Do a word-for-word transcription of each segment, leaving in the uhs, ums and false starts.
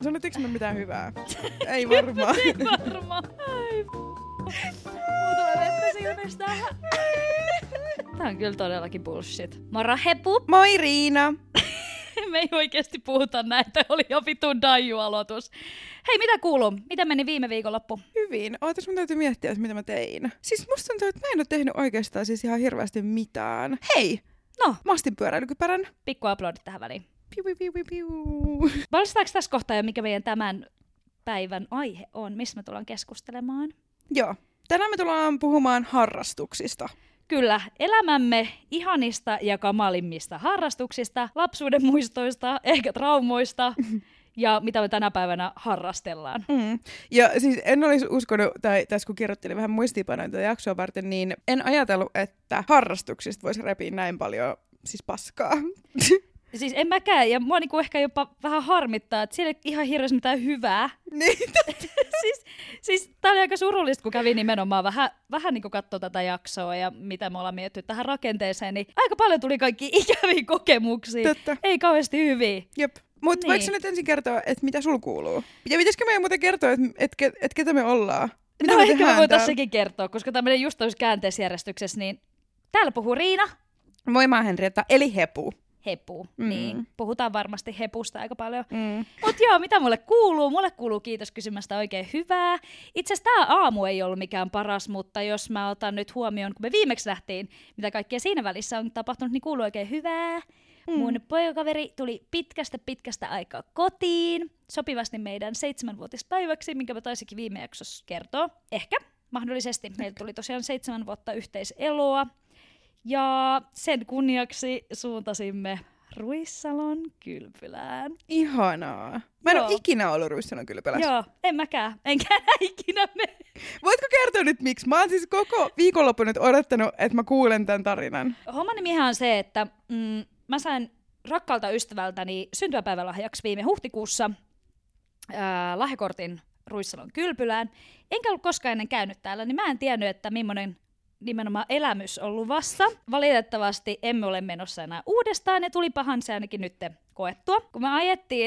Sanottiinko me mitään hyvää? Ei varmaan. Ei varmaan. Ai Mulla vettä silmistä. Tää on kyllä todellakin bullshit. Moro Hepu! Moi Riina! Me ei oikeesti puhuta näitä, oli jo vitun daju-aloitus. Hei, mitä kuuluu? Mitä meni viime viikonloppu? Hyvin. Ootas, mun täytyy miettiä, että mitä mä tein. Siis musta tuntuu, että mä en oo tehnyt oikeastaan siis ihan hirveästi mitään. Hei! No? Mä ostin pyöräilykypärän. Pikku aplodit tähän väliin. Piu, piu, piu, piu, piu. Valistetaanko tässä kohtaa jo, mikä meidän tämän päivän aihe on? Missä me tullaan keskustelemaan? Joo. Tänään me tullaan puhumaan harrastuksista. Kyllä, elämämme ihanista ja kamalimmista harrastuksista, lapsuuden muistoista, ehkä traumoista ja mitä me tänä päivänä harrastellaan. Mm. Ja siis en olisi uskonut, tai tässä kun kirjoittelin vähän muistiinpanoja tätä jaksoa varten, niin en ajatellut, että harrastuksista voisi repiä näin paljon siis paskaa. Siis en mäkään, ja mua niinku ehkä jopa vähän harmittaa, että siellä ei ihan hirveästi mitään hyvää. Niin. siis, siis tää oli aika surullista, kun kävin nimenomaan vähän, vähän niinku katsoa tätä jaksoa ja mitä me ollaan miettinyt tähän rakenteeseen, niin aika paljon tuli kaikki ikäviä kokemuksia. Totta. Ei kauheasti hyviä. Jep. Mutta Niin. voiko sä nyt ensin kertoa, että mitä sul kuuluu? Ja pitäisikö meidän muuten kertoa, että et, et, et ketä me ollaan? Mitä No me ehkä me tehdään voitaisiin täällä? sekin kertoa, koska tämä menee just tuossa käänteisjärjestyksessä, niin täällä puhuu Riina. Moi, mä oon Henrietta, eli Hepu. Hepu, Mm. niin. Puhutaan varmasti Hepusta aika paljon. Mm. Mut joo, mitä mulle kuuluu? Mulle kuuluu kiitos kysymästä oikein hyvää. Itse asiassa tää aamu ei ollut mikään paras, mutta jos mä otan nyt huomioon, kun me viimeksi nähtiin, mitä kaikkea siinä välissä on tapahtunut, niin kuuluu oikein hyvää. Mm. Mun poikakaveri tuli pitkästä pitkästä aikaa kotiin, sopivasti meidän seitsemänvuotispäiväksi, minkä mä taisikin viime jaksossa kertoa. Ehkä, mahdollisesti. Meillä tuli tosiaan seitsemän vuotta yhteiseloa. Ja sen kunniaksi suuntasimme Ruissalon kylpylään. Ihanaa. Mä en Joo. ole ikinä ollut Ruissalon kylpylässä. Joo, en mäkään. Enkä ikinä mene. Voitko kertoa nyt miksi? Mä oon siis koko viikonloppu nyt odottanut, että mä kuulen tämän tarinan. Homman nimihän on se, että mm, mä sain rakkaalta ystävältäni syntymäpäivälahjaksi viime huhtikuussa ää, lahjakortin Ruissalon kylpylään. Enkä ollut koskaan ennen käynyt täällä, niin mä en tiennyt, että millainen nimenomaan elämys on luvassa. Valitettavasti emme ole menossa enää uudestaan, ja tulipahan se ainakin nyt koettua. Kun me ajettiin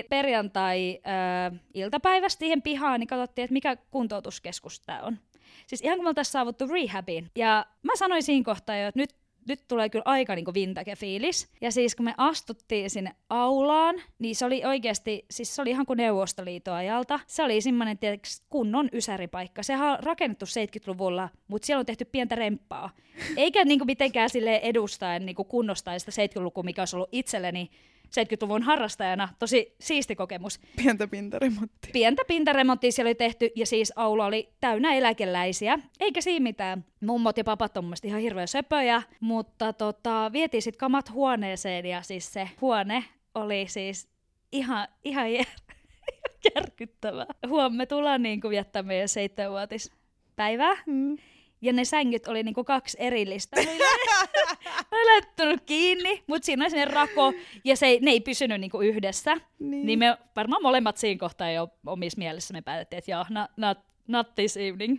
perjantai-iltapäivästä siihen pihaan, niin katsottiin, että mikä kuntoutuskeskus tämä on. Siis ihan kun me oltaisiin saavuttu rehabiin. Ja mä sanoin siinä kohtaa jo, että nyt, nyt tulee kyllä aika niin kuin vintage-fiilis. Ja siis kun me astuttiin sinne aulaan, niin se oli oikeasti, siis se oli ihan kuin Neuvostoliiton ajalta. Se oli semmoinen tietysti kunnon ysäripaikka. Sehän on rakennettu seitsemänkymmentäluvulla, mutta siellä on tehty pientä remppaa. Eikä niin kuin mitenkään silleen edustaen niin kuin kunnostain sitä seitsemänkymmentälukua, mikä olisi ollut itselleni seitsemänkymmentäluvun harrastajana tosi siisti kokemus. Pientä pintaremonttia. Pientä pintaremonttia siellä oli tehty, ja siis aula oli täynnä eläkeläisiä. Eikä siinä mitään. Mummot ja papat on mun mielestä ihan hirveä söpöjä, mutta tota, vietiin sitten kamat huoneeseen, ja siis se huone oli siis ihan, ihan jär- järkyttävää. Huom, me tullaan niin kuin viettää meidän seitsemänvuotispäivää. Mm. Ja ne sängyt oli niinku kaksi erillistä. Mä olin laittanut kiinni, mutta siinä oli sellainen rako, ja se ei, ne ei pysynyt niinku yhdessä. Niin. Niin me varmaan molemmat siinä kohtaa jo omissa mielessä me päätettiin, että joo, not, not, not this evening.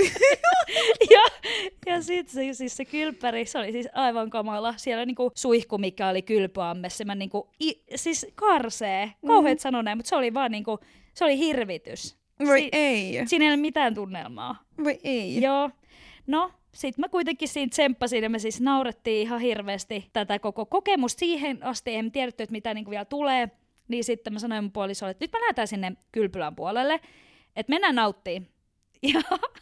ja ja sitten se, siis se kylppäri, se oli siis aivan kamala. Siellä oli niinku suihku, mikä oli kylpyammessa. Mä niinku, i, siis karsee, kauheat mm. sanoo näin, mutta se oli vaan niinku, se oli hirvitys. Voi Si- ei. Siinä ei ole mitään tunnelmaa. Voi ei. Joo. No, sit mä kuitenkin siinä tsemppasin, ja me siis naurettiin ihan hirveästi tätä koko kokemusta siihen asti, en tiedetty, että mitä niinku vielä tulee, niin sitten mä sanoin mun puolisolle, että nyt mä lähdetään sinne kylpylän puolelle, että mennään nauttiin. Ja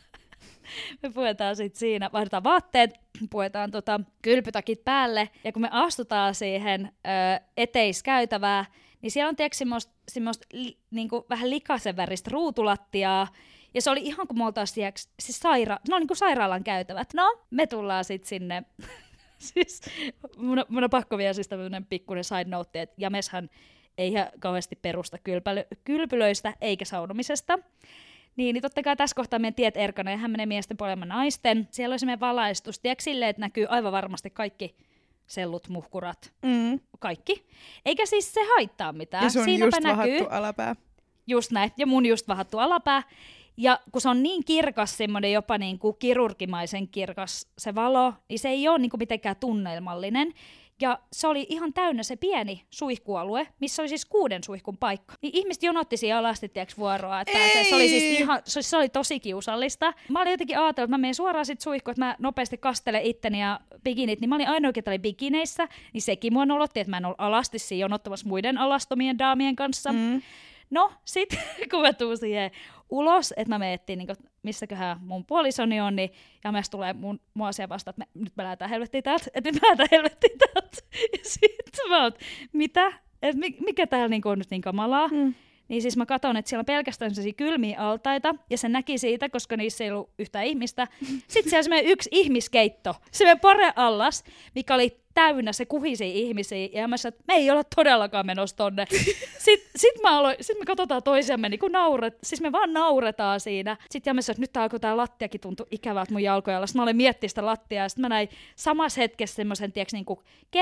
me puetaan sitten siinä, vaihdetaan vaatteet, puetaan tota kylpytakit päälle, ja kun me astutaan siihen ö, eteiskäytävää, niin siellä on tiedätkö semmoista, semmoista li, niinku vähän likaisen väristä ruutulattiaa, ja se oli ihan kuin me oltaisiin siis saira- no, niin kuin sairaalan käytävät. No, me tullaan sitten sinne. siis, mun, mun on pakko vielä siis tämmöinen pikkuinen side note, että Jameshan ei ihan kauheasti perusta kylpälö- kylpylöistä eikä saunomisesta. Niin, niin totta kai tässä kohtaa meidän tiet erkana, ja hän menee miesten puolella naisten. Siellä oli semmoinen valaistus, tiedätkö silleen, että näkyy aivan varmasti kaikki sellut, muhkurat, Mm. kaikki. Eikä siis se haittaa mitään. Ja sun Siinäpä just näkyy. vahattu alapää. Just näin, ja mun just vahattu alapää. Ja kun se on niin kirkas, semmoinen jopa niin kuin kirurgimaisen kirkas se valo, niin se ei ole niin kuin mitenkään tunnelmallinen. Ja se oli ihan täynnä se pieni suihkualue, missä oli siis kuuden suihkun paikka. Niin ihmiset jonotti siihen alasti, tiiäks, vuoroa. Että se, se oli siis ihan, se, se oli tosi kiusallista. Mä olin jotenkin ajatellut, että mä menen suoraan sit suihkuun, että mä nopeasti kastelen itteni ja bikinit. Niin mä olin ainoa, ketä oli bikineissä, niin sekin mua nolotti, että mä en ollut alasti siinä jonottamassa muiden alastomien daamien kanssa. Mm. No, sit kun mä tuun siihen ulos, että mä miettiin, niin missäköhän mun puolisoni on, niin ja myös tulee mun, mun asia vasta, että me, nyt mä lähdetään helvettiin täältä, että nyt mä lähdetään helvettiin täältä. Ja sit mä oot, mitä? Et mikä täällä niinku on nyt niin kamalaa? Mm. Niin siis mä katson, että siellä on pelkästään sellaisia kylmiä altaita, ja se näki siitä, koska niissä ei ollut yhtään ihmistä. Sitten siellä on semmoinen yksi ihmiskeitto, semmoinen pare-allas, mikä oli täynnä, se kuhisi ihmisiä, ja mä sanoin, että me ei olla todellakaan menossa tonne. Sitten sit mä aloin, sit me katsotaan toisiamme, niin kuin nauret, siis me vaan nauretaan siinä. Sitten mä sanoin, että nyt tää alkoi tää lattiakin tuntua ikävältä mun jalkoja alla. Sitten mä olin miettiä sitä lattiaa, ja sitten mä näin samassa hetkessä semmoisen, tiiäks, niin kuin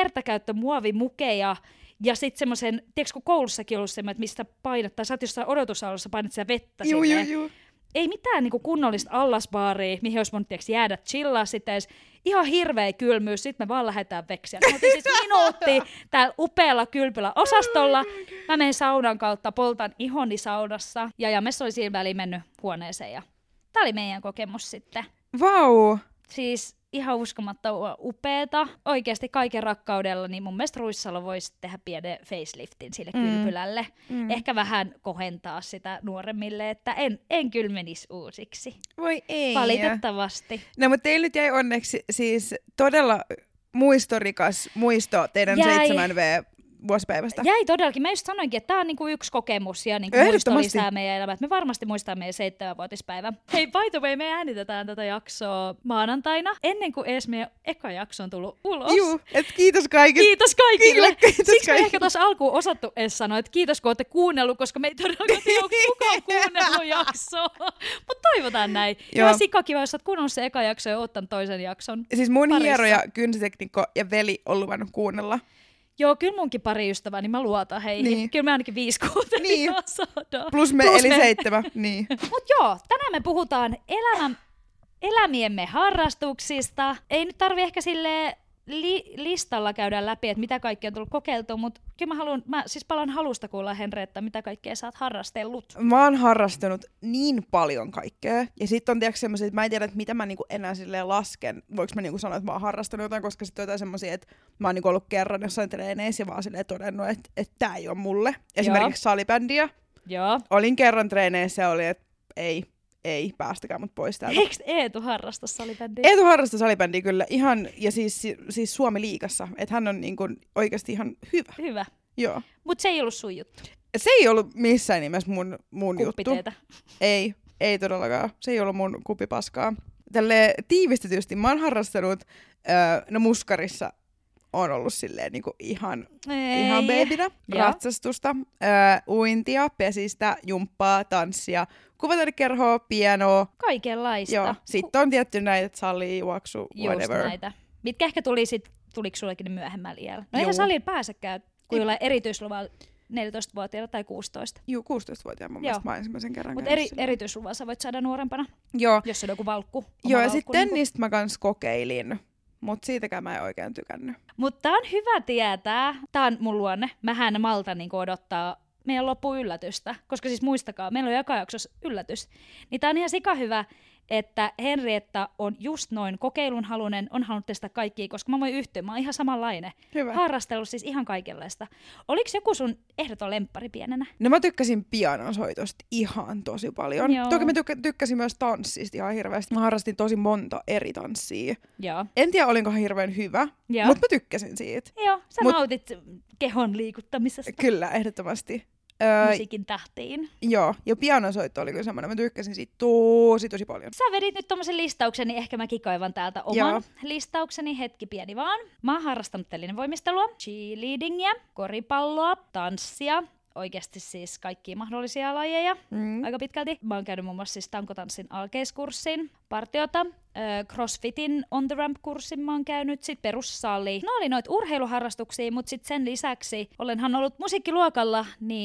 kertakäyttömuovimukeja, ja sitten semmoisen, tiedätkö, kun koulussakin ollut semmoinen, että mistä painat, tai sä oot jossain odotusalussa, painat sitä vettä juu, sinne. Juu, juu. Ei mitään niinku kunnollista allasbaaria, mihin olisi voinut tiiäks, jäädä chillaa sitten edes. Ihan hirveä kylmyys, sitten me vaan lähdetään veksiä. Me oltiin siis minuutti täällä upealla kylpyllä osastolla. Mä menen saunan kautta, poltan ihoni saunassa. Ja, ja Messa oli siinä väliin mennyt huoneeseen. Ja tää oli meidän kokemus sitten. Vau! Wow. Siis ihan uskomatta upeeta. Oikeasti kaiken rakkaudella, niin mun mielestä Ruissalo voisi tehdä pienen faceliftin sille mm. kylpylälle. Mm. Ehkä vähän kohentaa sitä nuoremmille, että en, en kyllä menisi uusiksi. Voi ei. Valitettavasti. No mutta teillä nyt jäi onneksi siis todella muistorikas muisto teidän jäi. seitsemän vuosipäivästä. Jäi todellakin. Mä just sanoinkin, että tää on niinku yksi kokemus ja niinku muisto lisää meidän elämää. Me varmasti muistamme meidän seitsemänvuotispäivä. Hei, by the way, me äänitetään tätä jaksoa maanantaina, ennen kuin edes meidän eka jakso on tullut ulos. Juu, et kiitos kaikille. Kiitos kaikille. Kiitos, kiitos Siksi kaikille. me ehkä tuossa alkuun osattu edes sanoa, että kiitos kun olette kuunnellut, koska me ei todellakaan tiedä, onko kukaan kuunnellut jaksoa. Mutta toivotaan näin. Joo. Ja sika kiva, jos olet kuunnellut se eka jakso ja ottanut toisen jakson. Siis mun parissa. hiero ja kynsiteknikko ja veli on luvannut kuunnella. Joo, kyllä munkin pari ystävää, niin mä luotan heihin. Niin. Kyllä me ainakin viisi kuuntelijaa niin. saadaan. Plus me, Plus eli me. seitsemän. Niin. Mut joo, tänään me puhutaan elämän, elämiemme harrastuksista. Ei nyt tarvi ehkä silleen li, listalla käydä läpi, että mitä kaikkea on tullut kokeiltua, mutta kyllä mä, haluan, mä siis palan halusta kuulla, Henrietta, mitä kaikkea sä oot harrastellut. Mä oon harrastanut niin paljon kaikkea. Ja sitten on tiedätkö semmoisia, että mä en tiedä, että mitä mä niinku enää silleen lasken. Voinko mä niinku sanoa, että mä oon harrastanut jotain, koska sitten on jotain semmoisia, että mä oon niinku ollut kerran jossain treeneissä ja vaan silleen todennut, että, että tää ei ole mulle. Esimerkiksi Joo. salibändiä. Joo. Olin kerran treeneissä ja oli, että ei. Ei, päästäkää mut pois täältä. Eikö Eetu harrasta salibändiä? Eetu harrasta salibändiä kyllä, ihan, ja siis, siis Suomi-liigassa, että hän on niinku oikeasti ihan hyvä. Hyvä. Joo. Mut se ei ollut sun juttu. Se ei ollut missään nimessä mun, mun juttu. Ei, ei todellakaan. Se ei ollut mun kuppipaskaa. Tälleen tiivistetysti mä oon harrastanut, öö, no muskarissa on ollut silleen niinku ihan, ihan babynä. Ratsastusta, öö, uintia, pesistä, jumppaa, tanssia, kuvataidekerhoa, pianoa. Kaikenlaista. Joo. Sitten on tietty näitä, että sali, juoksu, whatever. Just näitä. Mitkä ehkä tuli sit, tuliko sullekin myöhemmällä iällä? No eihän saliin pääsekään, kun jollain erityisluvalla neljätoistavuotiaana tai kuusitoista. Joo, kuusitoistavuotiaana mun mielestä mä ensimmäisen kerran. Mutta eri, erityisluvan sä voit saada nuorempana, Joo. jos on joku valkku. Joo, ja sitten tennistä niin mä kans kokeilin. Mutta siitäkään mä en oikein tykännyt. Mutta tää on hyvä tietää. Tää on mun luonne. Mähän en malta niinku odottaa meidän loppuyllätystä. Koska siis muistakaa, meillä on joka jaksossa yllätys. Niin tää on ihan sika hyvä, että Henrietta on just noin kokeilunhalunen, on halunnut testaa kaikkia, koska mä voin yhtyä. Mä oon ihan samanlainen. Hyvä. Harrastellut siis ihan kaikenlaista. Oliko joku sun ehdoton lemppari pienenä? No mä tykkäsin pianonsoitosta ihan tosi paljon. Joo. Toki mä tykkä- tykkäsin myös tanssista ihan hirveästi. Mä harrastin tosi monta eri tanssia. Joo. En tiedä, olinko hirveän hyvä, mutta mä tykkäsin siitä. Joo, sä Mut, nautit kehon liikuttamisesta. Kyllä, ehdottomasti. Musiikin tähtiin. Joo, ja pianosoitto oli kyllä semmoinen. Mä tykkäsin siitä tosi, tosi paljon. Sä vedit nyt tommosen listauksen, niin ehkä mäkin kaivan täältä oman Joo. listaukseni. Hetki pieni vaan. Mä oon harrastanut telinevoimistelua, cheerleadingia, koripalloa, tanssia. Oikeasti siis kaikkia mahdollisia lajeja mm. aika pitkälti. Mä oon käynyt muun muassa siis tankotanssin alkeiskurssin, partiota, äh, crossfitin on the ramp-kurssin mä oon käynyt, sit perussali. No oli noit urheiluharrastuksia, mutta sit sen lisäksi olenhan ollut musiikkiluokalla, niin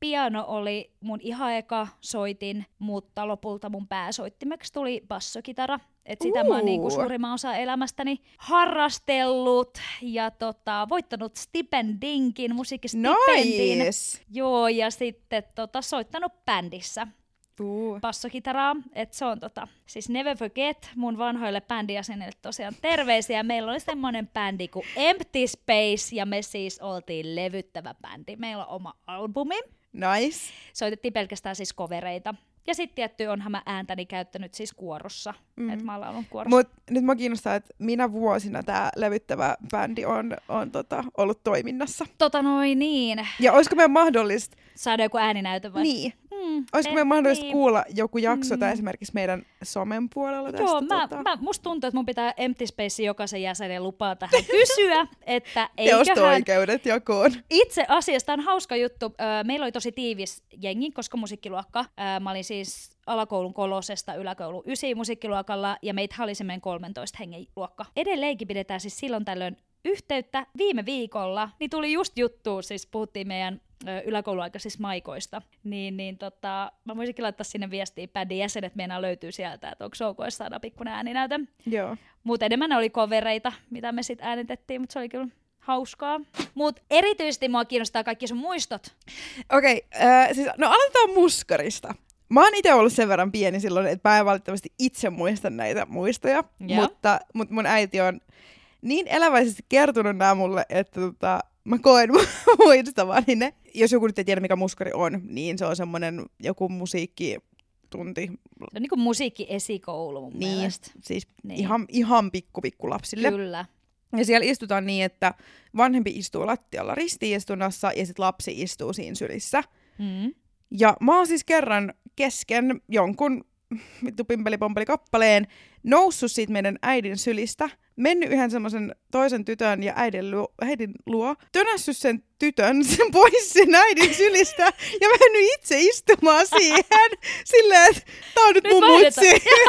piano oli mun ihan eka soitin, mutta lopulta mun pääsoittimeksi tuli bassokitara. Et sitä uh. mä oon niinku suurimman osa elämästäni harrastellut ja tota, voittanut stipendinkin, musiikkistipendin. Nice. Joo, ja sitten tota, soittanut bändissä. Uh. bassokitaraa, että se on tota, siis Never Forget mun vanhoille bändijäsenille tosiaan terveisiä. Meillä oli semmoinen bändi kuin Empty Space ja me siis oltiin levyttävä bändi. Meillä on oma albumi. Nice. Soitettiin pelkästään siis covereita. Ja sitten tietty onhan mä ääntäni käyttänyt siis kuorossa, mm. että mä oon laulun kuorossa. Mut nyt mä kiinnostaa, että minä vuosina tää levyttävä bändi on, on tota, ollut toiminnassa. Tota noin niin. Ja olisiko meidän mahdollista... Saada joku ääninäytö vai? Niin. Mm, olisiko eh, meidän mahdollista niin. kuulla joku jakso mm. tai esimerkiksi meidän somen puolella tästä? Joo, mä, tota... mä, musta tuntuu, että mun pitää Empty Space jokaisen jäsenen lupaa tähän kysyä, että eiköhän... Teosto-oikeudet jakoon. Itse asiassa on hauska juttu. Meillä oli tosi tiivis jengi, koska musiikkiluokka. Mä olin siis alakoulun kolosesta yläkoulun ysi musiikkiluokalla ja meitä oli semmoinen kolmentoista hengen luokka. Edelleenkin pidetään siis silloin tällöin yhteyttä. Viime viikolla niin tuli just juttu, siis puhuttiin meidän yläkouluaikaisista maikoista, niin, niin tota, mä voisinkin laittaa sinne viestiä bändin jäsenet, meinaa löytyy sieltä, että onko ok, jos saadaan pikkuinen ääninäytö. Joo. Mutta enemmän ne oli covereita, mitä me sitten äänitettiin, mutta se oli kyllä hauskaa. Mutta erityisesti mua kiinnostaa kaikki sun muistot. Okei, okay, äh, siis no aloitetaan muskarista. Mä oon itse ollut sen verran pieni silloin, että mä en valitettavasti itse muista näitä muistoja, mutta, mutta mun äiti on niin eläväisesti kertonut nämä mulle, että tota, mä koen muistavani ne. Jos joku nyt ei tiedä, mikä muskari on, niin se on semmoinen joku musiikkitunti. Se on niin kuin musiikkiesikoulu mun niin, mielestä. Siis niin. ihan, ihan pikku pikku lapsille. Kyllä. Ja siellä istutaan niin, että vanhempi istuu lattialla ristiistunnassa ja sit lapsi istuu siinä sylissä. Mm. Ja mä oon siis kerran kesken jonkun vittu pimpeli-pompeli kappaleen noussut siitä meidän äidin sylistä, mennyt yhden semmoisen toisen tytön ja äidin luo, äidin luo, tönässyt sen tytön sen pois sen äidin sylistä ja mennyt itse istumaan siihen silleen, että tää on nyt, nyt mun mutsi.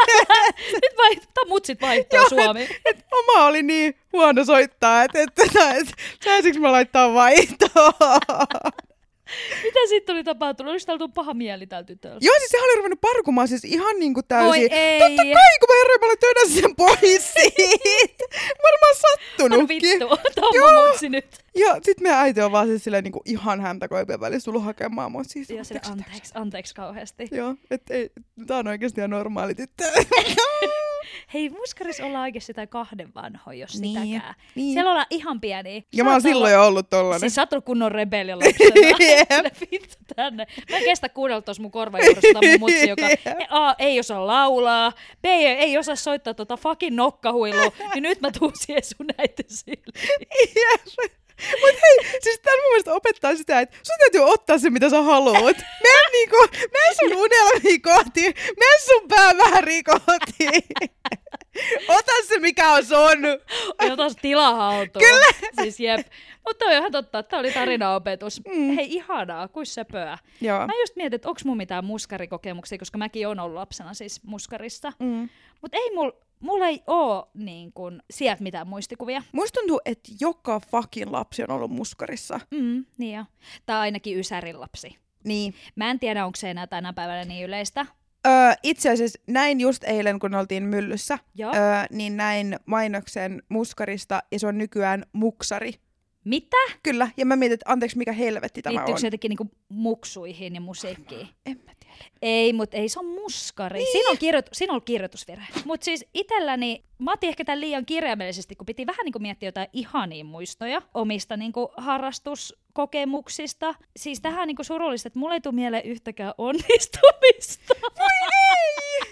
Nyt vaihtaa mutsit vaihtaa Suomi. Et, et oma oli niin huono soittaa, että et, et, et, saisinko mä laittaa vaihtoon. Mitä sitten oli tapahtunut? Oliko täällä tullut paha mieli täällä tytöllä? Joo, siis sehän oli ruvennut parkumaan siis ihan niinku täysin. Voi ei. Totta kai, kun mä herroin, mä olin tönässä sen pois siitä. Varmaan sattunutkin. On vittu, tää on mun mutsi nyt. Ja sit meidän äiti on vaan siis silleen niinku ihan häntä koipien välissä tullut hakemaan mut siis. Ja sille anteeksi, anteeksi kauheasti. Joo, et ei, tää on oikeesti ihan normaali tyttö. Hei, muskarissa ollaan oikeesti sitä kahden vanhoja, jos niin, sitäkään. Niin. Siellä ollaan ihan pieniä. Ja mä oon silloin jo ollut tollanen. Siis sä oot ollut kunnon rebellia lapsena. Yep. Vittu tänne. Mä en kestä kuunnella tuossa mun korvajuuresta mun mutsi, joka A, ei osaa laulaa, B, ei osaa soittaa tota fucking nokkahuilua, niin nyt mä tuun siihen sun näitten silmiin. Yes. Mut hei, siis tää mun mielestä opettaa sitä, että sun täytyy ottaa se, mitä sä haluut. Mene niinku, mene sun unelmiin kohti, mene sun päämääriin kohti. Ota se, mikä on sun. Ota se tila haltuun. Kyllä. Siis jep. Mutta on ihan totta, että tää oli tarinaopetus. Mm. Hei, ihanaa, kuin söpöä. Joo. Mä just mietin, että onks mun mitään muskarikokemuksia, koska mäkin oon ollut lapsena siis muskarissa. Mm. Mut ei mul, mulla ei oo niin kun, sieltä mitään muistikuvia. Musta tuntuu, että joka fucking lapsi on ollut muskarissa. Mm, niin jo. Tai ainakin ysärin lapsi. Niin. Mä en tiedä, onko se enää tänä päivänä niin yleistä. Öö, itse asiassa näin just eilen, kun oltiin myllyssä, öö, niin näin mainoksen muskarista, ja se on nykyään muksari. Mitä? Kyllä, ja mä mietin, että anteeksi, mikä helvetti tämä on. Liittyykö se jotenkin niinku muksuihin ja musiikkiin? En mä tiedä. Ei, mutta ei, se on muskari. Niin. Siinä on, kirjoit- siinä on kirjoitusvirhe. Mutta siis itselläni, mä otin ehkä tämän liian kirjaimellisesti, kun piti vähän niinku miettiä jotain ihania muistoja omista niinku harrastuskokemuksista. Siis tähän on niinku surullista, että mulla ei tule mieleen yhtäkään onnistumista. Voi ei!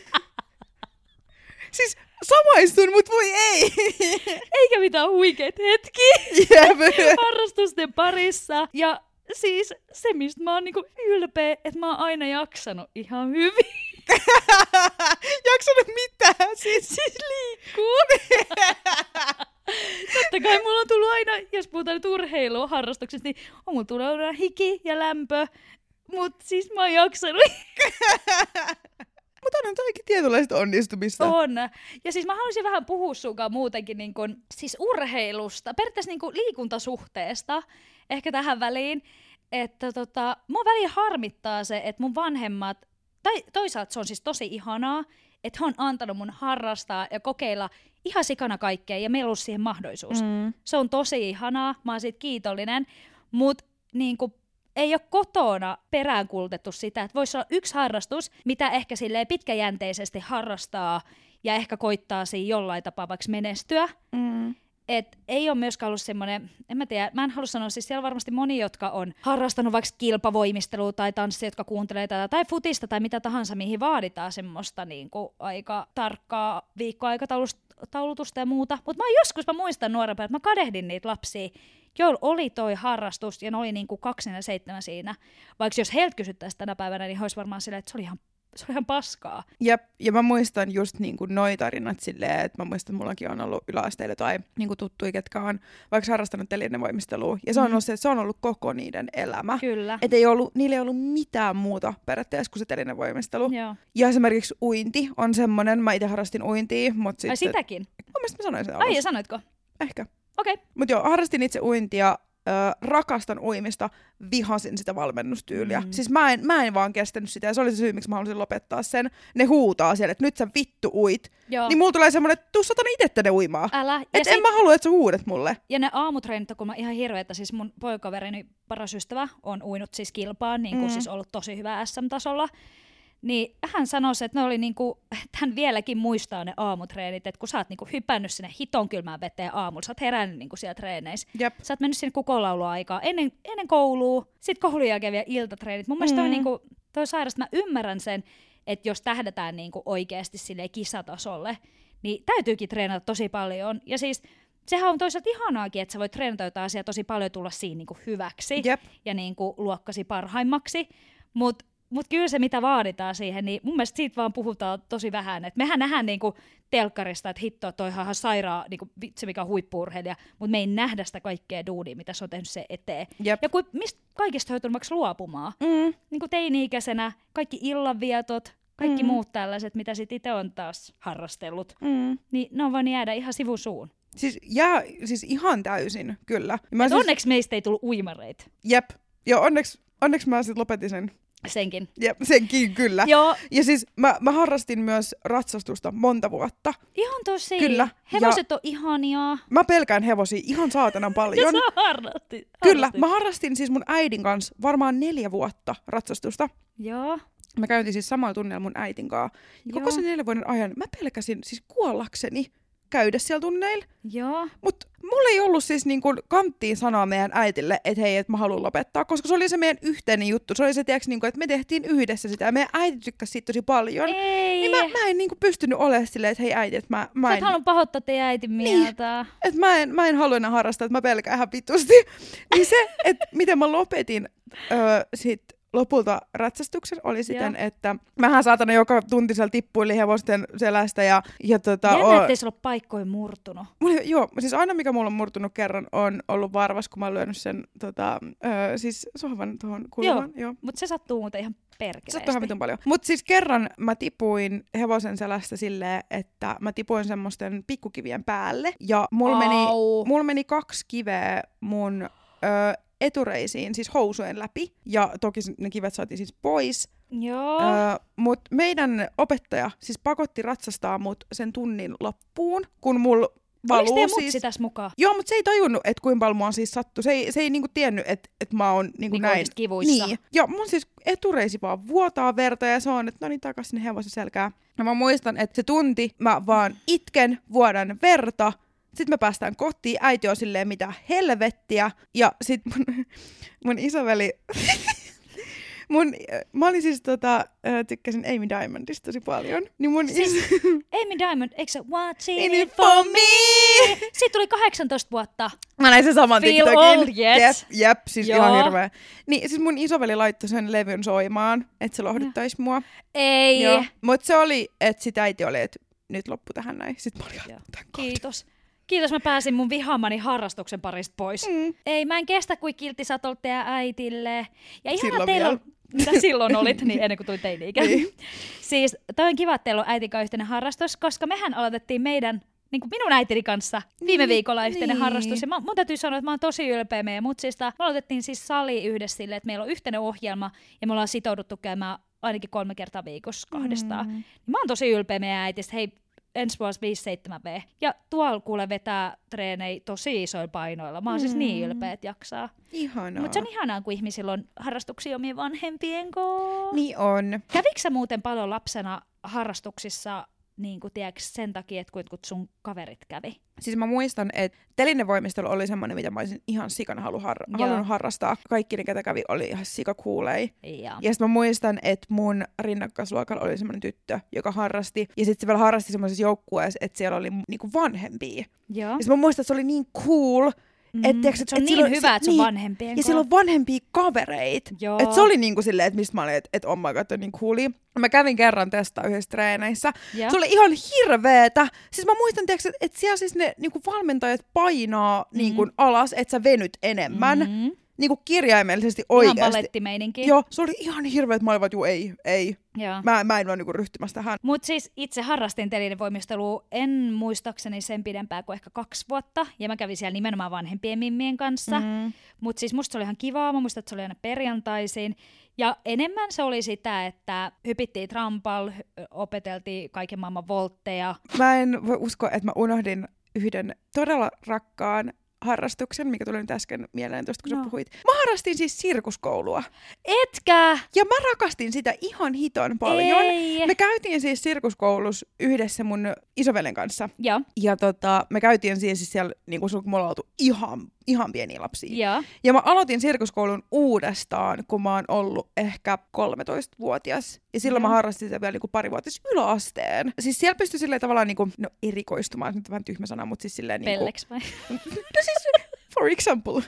Siis samaistun, mut voi ei! Eikä mitään huikeita hetkiä harrastusten parissa. Ja siis se, mistä mä oon niinku ylpeä, että mä oon aina jaksanut ihan hyvin. Jaksanut mitään? Siis, siis liikkuu. Totta kai mulla on tullut aina, jos puhutaan nyt urheilua harrastuksesta, niin on mulla tullut aina hiki ja lämpö. Mut siis mä oon jaksanut. Mutta on toikin tietynlaista onnistumista. On. Ja siis mä haluaisin vähän puhua sunkaan muutenkin niin kun, siis urheilusta, periaatteessa niin kun liikuntasuhteesta, ehkä tähän väliin. että tota, mua väliin harmittaa se, että mun vanhemmat, tai toisaalta se on siis tosi ihanaa, että he on antanut mun harrastaa ja kokeilla ihan sikana kaikkea, ja meillä on ollut siihen mahdollisuus. Mm. Se on tosi ihanaa, mä oon siitä kiitollinen, mutta niinku, ei ole kotona peräänkuulutettu sitä, että voisi olla yksi harrastus, mitä ehkä silleen pitkäjänteisesti harrastaa ja ehkä koittaa siinä jollain tapaa vaikka menestyä. Mm. Et ei ole myöskään ollut semmoinen, en mä tiedä, mä en halua sanoa, siis siellä on varmasti moni, jotka on harrastanut vaikka kilpavoimistelua tai tanssia, jotka kuuntelee tätä, tai futista tai mitä tahansa, mihin vaaditaan semmoista niin kuin aika tarkkaa viikkoaikataulutusta ja muuta. Mutta mä joskus mä muistan nuorempana, että mä kadehdin niitä lapsia, joilla oli toi harrastus ja ne oli niin kuin kaksikymmentäseitsemän siinä. Vaikka jos heiltä kysyttäisiin tänä päivänä, niin he olisi varmaan silleen, että se oli ihan Se oli ihan paskaa. Jep, ja mä muistan just niinku noi tarinat silleen, että mä muistan, että mullakin on ollut yläasteilla tai niinku tuttuja, ketkä on vaikka harrastanut telinevoimistelua. Ja se on, mm. ollut se, se on ollut koko niiden elämä. Kyllä. Että ei ollut, niillä ei ollut mitään muuta periaatteessa kuin se telinevoimistelu. Joo. Ja esimerkiksi uinti on semmoinen, mä itse harrastin uintia, mutta sitten... Ai sitäkin? Mun mielestä mä sanoin sen alussa. Ai ja sanoitko? Ehkä. Okei. Okay. Mut joo, harrastin itse uintia. Ö, rakastan uimista, vihasin sitä valmennustyyliä. Mm. Siis mä en, mä en vaan kestänyt sitä, ja se oli se syy, miksi mä halusin lopettaa sen. Ne huutaa siellä, että nyt sä vittu uit. Joo. Niin mulla tulee semmonen, että tuu satana ite tänne uimaan. Älä. Että sit... en mä halua, että sä huudet mulle. Ja ne aamutreenit on kuulemma ihan hirveetä. Siis mun poikaverini paras ystävä on uinut siis kilpaan, niin kuin mm. siis ollut tosi hyvä S M-tasolla. Niin hän sanoi, että ne oli niinku, että hän vieläkin muistaa ne aamutreenit, että kun sä oot niinku hypännyt sinne hiton kylmään veteen aamulla, sä oot herännyt niinku siellä treeneissä. Jep. Sä oot mennyt sinne kukolauluaikaa ennen, ennen koulua, sit koulun jälkeen vielä iltatreenit. Mun mm. mielestä toi, niinku, toi sairasta, mä ymmärrän sen, että jos tähdätään niinku oikeasti silleen kisatasolle, niin täytyykin treenata tosi paljon. Ja siis sehän on toisaalta ihanaakin, että sä voit treenata jotain asiaa tosi paljon tulla siinä niinku hyväksi Jep. ja niinku luokkasi parhaimmaksi, mutta Mutta kyllä se, mitä vaaditaan siihen, niin mun mielestä siitä vaan puhutaan tosi vähän. Et mehän nähdään niinku telkkarista, että hitto, toi ihan sairaan, niinku, vitsi mikä huippu-urheilija, mutta me ei nähdä sitä kaikkea duunia, mitä se on tehnyt sen eteen. Jep. Ja kun, mistä kaikista joutunut vaikka luopumaan? Mm. Niin kuin teini-ikäisenä, kaikki illanvietot, kaikki mm. muut tällaiset, mitä sit itse on taas harrastellut, mm. niin ne on voinut jäädä ihan sivusuun. Siis, jää, siis ihan täysin, kyllä. Siis... Onneksi meistä ei tullut uimareita. Jep. Joo, onneksi, onneksi mä sit lopetin sen. Senkin. Jep, senkin, kyllä. Joo. Ja siis mä, mä harrastin myös ratsastusta monta vuotta. Ihan tosi. Kyllä. Hevoset ja on ihania. Mä pelkään hevosia ihan saatanan paljon. Ja sä harrastit. Kyllä, mä harrastin siis mun äidin kanssa varmaan neljä vuotta ratsastusta. Joo. Mä käytin siis samalla tunnilla mun äitin kanssa. Ja koko sen neljän vuoden ajan mä pelkäsin siis kuollakseni käydä siellä tunneilla. Joo. Mut mulla ei ollut siis niinku kanttiin sanoa meidän äitille, että hei, että mä haluan lopettaa, koska se oli se meidän yhteinen juttu. Se oli se, tiiäks, niinku, että me tehtiin yhdessä sitä ja meidän äiti tykkäsi siitä tosi paljon. Ei. Niin mä, mä en niinku pystynyt olemaan silleen, että hei äiti, että mä, mä Sä en... et halunnut pahoittaa teidän äitin mieltä. Niin, että mä en, mä en halua enää harrastaa, että mä pelkään ihan vitusti. Niin se, että miten mä lopetin öö, sit lopulta ratsastuksen oli siten, Joo. että mähän saatana joka tunti siellä tippuili hevosten selästä ja, ja tota... Jännä, ettei sulla ole paikkoja murtunut. Mulla, joo, siis aina mikä mulla on murtunut kerran on ollut varvas, kun mä oon lyönyt sen tota, ö, siis sohvan tuohon kulmaan. Joo, joo. Mutta se sattuu muuten ihan perkeleesti. Sattuu ihan vitun paljon. Mutta siis kerran mä tipuin hevosen selästä silleen, että mä tipuin semmoisten pikkukivien päälle ja mulla meni, mul meni kaksi kiveä mun... Ö, etureisiin, siis housujen läpi, ja toki ne kivet saatiin siis pois. Joo. Öö, mut meidän opettaja siis pakotti ratsastaa mut sen tunnin loppuun, kun mulla valuu Oliko siis... mutsi tässä mukaan? Joo, mutta se ei tajunnut, että kuinka paljon mua siis sattui. Se ei, se ei niinku tiennyt, että et mä oon niinku niin näin. Kivuissa. Niin. Ja mun siis etureisi vaan vuotaa verta, ja se on, että no niin, takas sinne hevosen selkään. Ja mä muistan, että se tunti mä vaan itken, vuodan verta. Sitten me päästään kotiin, äiti on silleen mitä helvettiä, ja sit mun, mun isoveli, mun, mä olin siis tota, tykkäsin Amy Diamondista tosi paljon, niin mun siis, is... Amy Diamond, eikö se Watching it for me? Siitä tuli kahdeksantoista vuotta. Mä näin sen saman Feel TikTokin. old yet. Jep, jep, siis Joo. ihan hirveä. Niin siis mun isoveli laittoi sen levyn soimaan, että se lohduttaisi mua. Ei. Joo, mut se oli, että sit äiti oli, että nyt loppu tähän näin. Sitten mä olin, kiitos. Kiitos, mä pääsin mun vihaamani harrastuksen parista pois. Mm. Ei, mä en kestä, kuin kiltti sä oot teidän äitille. Ja ihana teillä on, mitä silloin olit, niin ennen kuin tuli teini-ikä. Niin. Siis toi on kiva, että teillä on äitin kanssa yhteinen harrastus, koska mehän aloitettiin meidän niin kuin minun äitini kanssa viime niin, viikolla yhteinen niin. harrastus. Ja mä, mun täytyy sanoa, että mä oon tosi ylpeä meidän mutsista. Me aloitettiin siis sali yhdessä silleen, että meillä on yhteinen ohjelma ja me ollaan sitouduttu käymään ainakin kolme kertaa viikossa kahdestaan. Mm. Niin mä oon tosi ylpeä meidän äitistä. Hei, ensi vuosi viisi seitsemän V. Ja tuolla kuule vetää treenejä tosi isoilla painoilla. Mä oon mm. siis niin ylpeä, että jaksaa. Ihanaa. Mutta se on ihanaa, kun ihmisillä on harrastuksia omien vanhempien kanssa. Niin on. Kävikö sä muuten paljon lapsena harrastuksissa niin kuin, tiedätkö, sen takia, että kun sun kaverit kävi? Siis mä muistan, että telinevoimistelu oli semmoinen, mitä mä olisin ihan sikana halu har- halunnut harrastaa. Kaikki ne, ketä kävi, oli ihan sikakuulei. Ja, ja sitten mä muistan, että mun rinnakkaisluokalla oli semmoinen tyttö, joka harrasti. Ja sitten se vielä harrasti semmoisessa joukkueessa, että siellä oli niinku vanhempia. Ja, ja sitten mä muistan, että se oli niin cool. Mm, et, tiiäks, et, se on et niin silloin, hyvä, se, että sun niin, vanhempien ja sillä on vanhempia kavereita. Että se oli niinku silleen, että mistä mä olin, että et, oh my god, on niin coolia. Mä kävin kerran testaa yhdessä treeneissä. Ja. Se oli ihan hirveetä. Siis mä muistan, että et siellä siis ne niinku valmentajat painaa mm. niinku alas, että sä venyt enemmän. Mm. Niinku kirjaimellisesti oikeasti. Ihan balettimeininki. Joo, se oli ihan hirveä, että mä olin vaan, juu, ei, ei. Mä, mä en ole niinku ryhtymässä tähän. Mut siis itse harrastin telinevoimistelua en muistaakseni sen pidempään kuin ehkä kaksi vuotta. Ja mä kävin siellä nimenomaan vanhempien mimmien kanssa. Mm. Mut siis musta se oli ihan kivaa. Mä muistan, että se oli aina perjantaisin. Ja enemmän se oli sitä, että hypittiin trampal, opeteltiin kaiken maailman voltteja. Mä en voi uskoa, että mä unohdin yhden todella rakkaan harrastuksen, mikä tuli nyt äsken mieleen tuosta, kun no. sä puhuit. Mä harrastin siis sirkuskoulua. Etkä? Ja mä rakastin sitä ihan hiton paljon. Ei. Me käytiin siis sirkuskoulussa yhdessä mun isovelen kanssa. Ja, ja tota, me käytiin siis siellä, niin kun mulla on oltu ihan, ihan pieniä lapsia. Ja. ja mä aloitin sirkuskoulun uudestaan, kun mä oon ollut ehkä kolmetoistavuotias. Ja silloin ja. mä harrastin sitä vielä niin kuin parivuotias yläasteen. Siis siellä pystyi silleen tavallaan niin kuin, no erikoistumaan, nyt vähän tyhmä sana, mutta siis silleen niin kuin... Pelleksi vai? No siis, for example.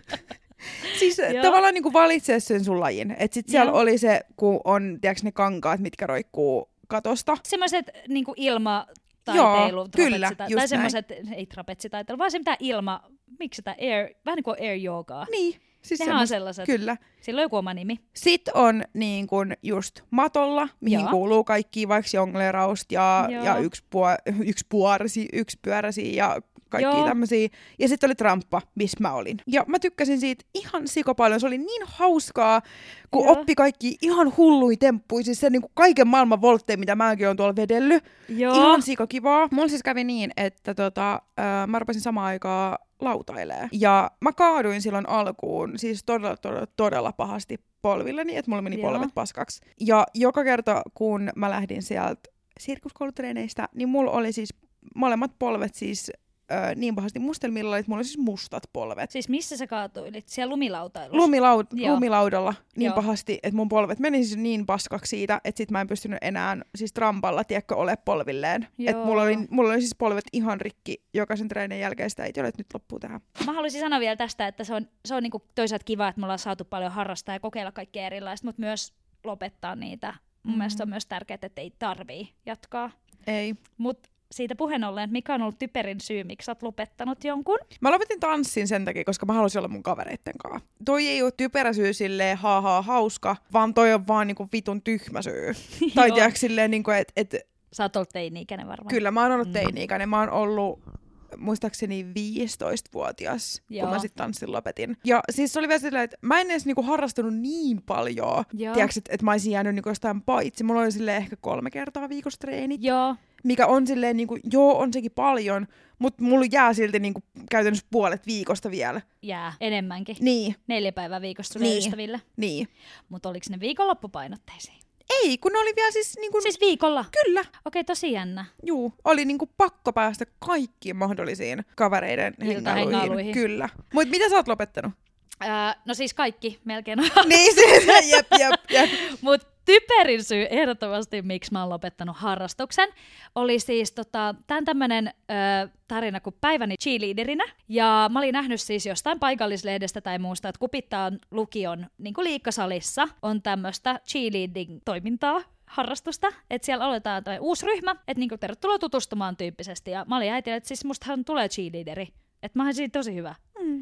Siis tavallaan niin kuin valitsee sen sun lajin. Että sit siellä Joo. oli se, kun on, tiedätkö ne kankaat, mitkä roikkuu katosta. Semmoiset niin kuin ilma... taiteilu, Joo, kyllä, just tai semmoiset, ei trapetsitaiteilu, vaan se mitä ilma, miksi sitä air, vähän niin kuin air yogaa. Niin, siis nehän on sellaiset. Kyllä. Sillä on joku oma nimi. Sitten on niin kun just matolla, mihin Joo. kuuluu kaikki vaikka jonglerausta ja, ja yksi, puo- yksi, puorisi, yksi pyöräsi ja kaikki tämmöisiä. Ja sitten oli tramppa, missä mä olin. Ja mä tykkäsin siitä ihan sikapaljon. Se oli niin hauskaa, kun Joo. oppi kaikki ihan hullui temppuja. Siis se niin kuin kaiken maailman voltteja, mitä mäkin oon tuolla vedellyt. Joo. Ihan sikakivaa. Mulla siis kävi niin, että tota, äh, mä rupesin samaan aikaan lautailee. Ja mä kaaduin silloin alkuun siis todella, todella, todella pahasti polvilleni, että mulla meni Joo. polvet paskaksi. Ja joka kerta, kun mä lähdin sieltä sirkuskoulutreeneistä, niin mulla oli siis molemmat polvet siis Öö, niin pahasti mustelmilla, että mulla oli siis mustat polvet. Siis missä sä kaatuilit? Siellä lumilautailussa? Lumilaud- lumilaudalla niin Joo. pahasti, että mun polvet meni siis niin paskaksi siitä, että sit mä en pystynyt enää siis trampalla, tiedätkö, ole polvilleen. Että mulla oli, mulla oli siis polvet ihan rikki jokaisen treenin jälkeen, sitä ei ole, että nyt loppuu tähän. Mä haluaisin sanoa vielä tästä, että se on, se on niinku toisaalta kiva, että me ollaan saatu paljon harrastaa ja kokeilla kaikkea erilaista, mutta myös lopettaa niitä. Mun mm-hmm. mielestä on myös tärkeää, että ei tarvii jatkaa. Ei. Mut siitä puheen ollen, mikä on ollut typerin syy, miksi sä oot lopettanut jonkun? Mä lopetin tanssin sen takia, koska mä halusin olla mun kavereitten kanssa. Toi ei ole typerä syy silleen haa haa hauska, vaan toi on vaan niinku vitun tyhmä syy. Tai tiedätkö silleen niinku, että... Et... Sä oot ollut teini-ikäinen varmaan. Kyllä, mä oon ollut mm. teini-ikäinen. Mä oon ollut muistaakseni viisitoistavuotias, Joo. kun mä sit tanssin lopetin. Ja siis se oli vielä silleen, että mä en edes niinku harrastanut niin paljon, tiedätkö, että et mä olisin jäänyt niinku jostain paitsi. Mulla oli silleen ehkä kolme kertaa viikossa treenit. Joo. Mikä on silleen, niinku, joo, on sekin paljon, mutta mulla jää silti niinku, käytännössä puolet viikosta vielä. Jää, enemmänkin. Niin. Neljä päivää viikosta sulle niin. ystäville. Niin. Mutta oliko ne viikonloppupainotteisiin? Ei, kun ne oli vielä siis... Niinku... Siis viikolla? Kyllä. Okei, okay, tosi jännä. Juu, oli niinku pakko päästä kaikkiin mahdollisiin kavereiden hengailuihin. Kyllä. Mutta mitä sä oot lopettanut? Öö, no siis kaikki melkein. Niin, siis, jep, jep, jep. Mut typerin syy ehdottomasti, miksi mä oon lopettanut harrastuksen, oli siis tota, tämän tämmönen ö, tarina kuin päiväni cheerleaderinä. Ja mä olin nähnyt siis jostain paikallislehdestä tai muusta, että Kupittaan lukion niin kuin liikkasalissa on tämmöistä cheerleading-toimintaa, harrastusta, että siellä aloitetaan uusi ryhmä, että niinku tervetuloa tutustumaan tyyppisesti. Ja mä olin äitille, että siis mustahan tulee cheerleaderi, että mä oon siinä tosi hyvä. Mm.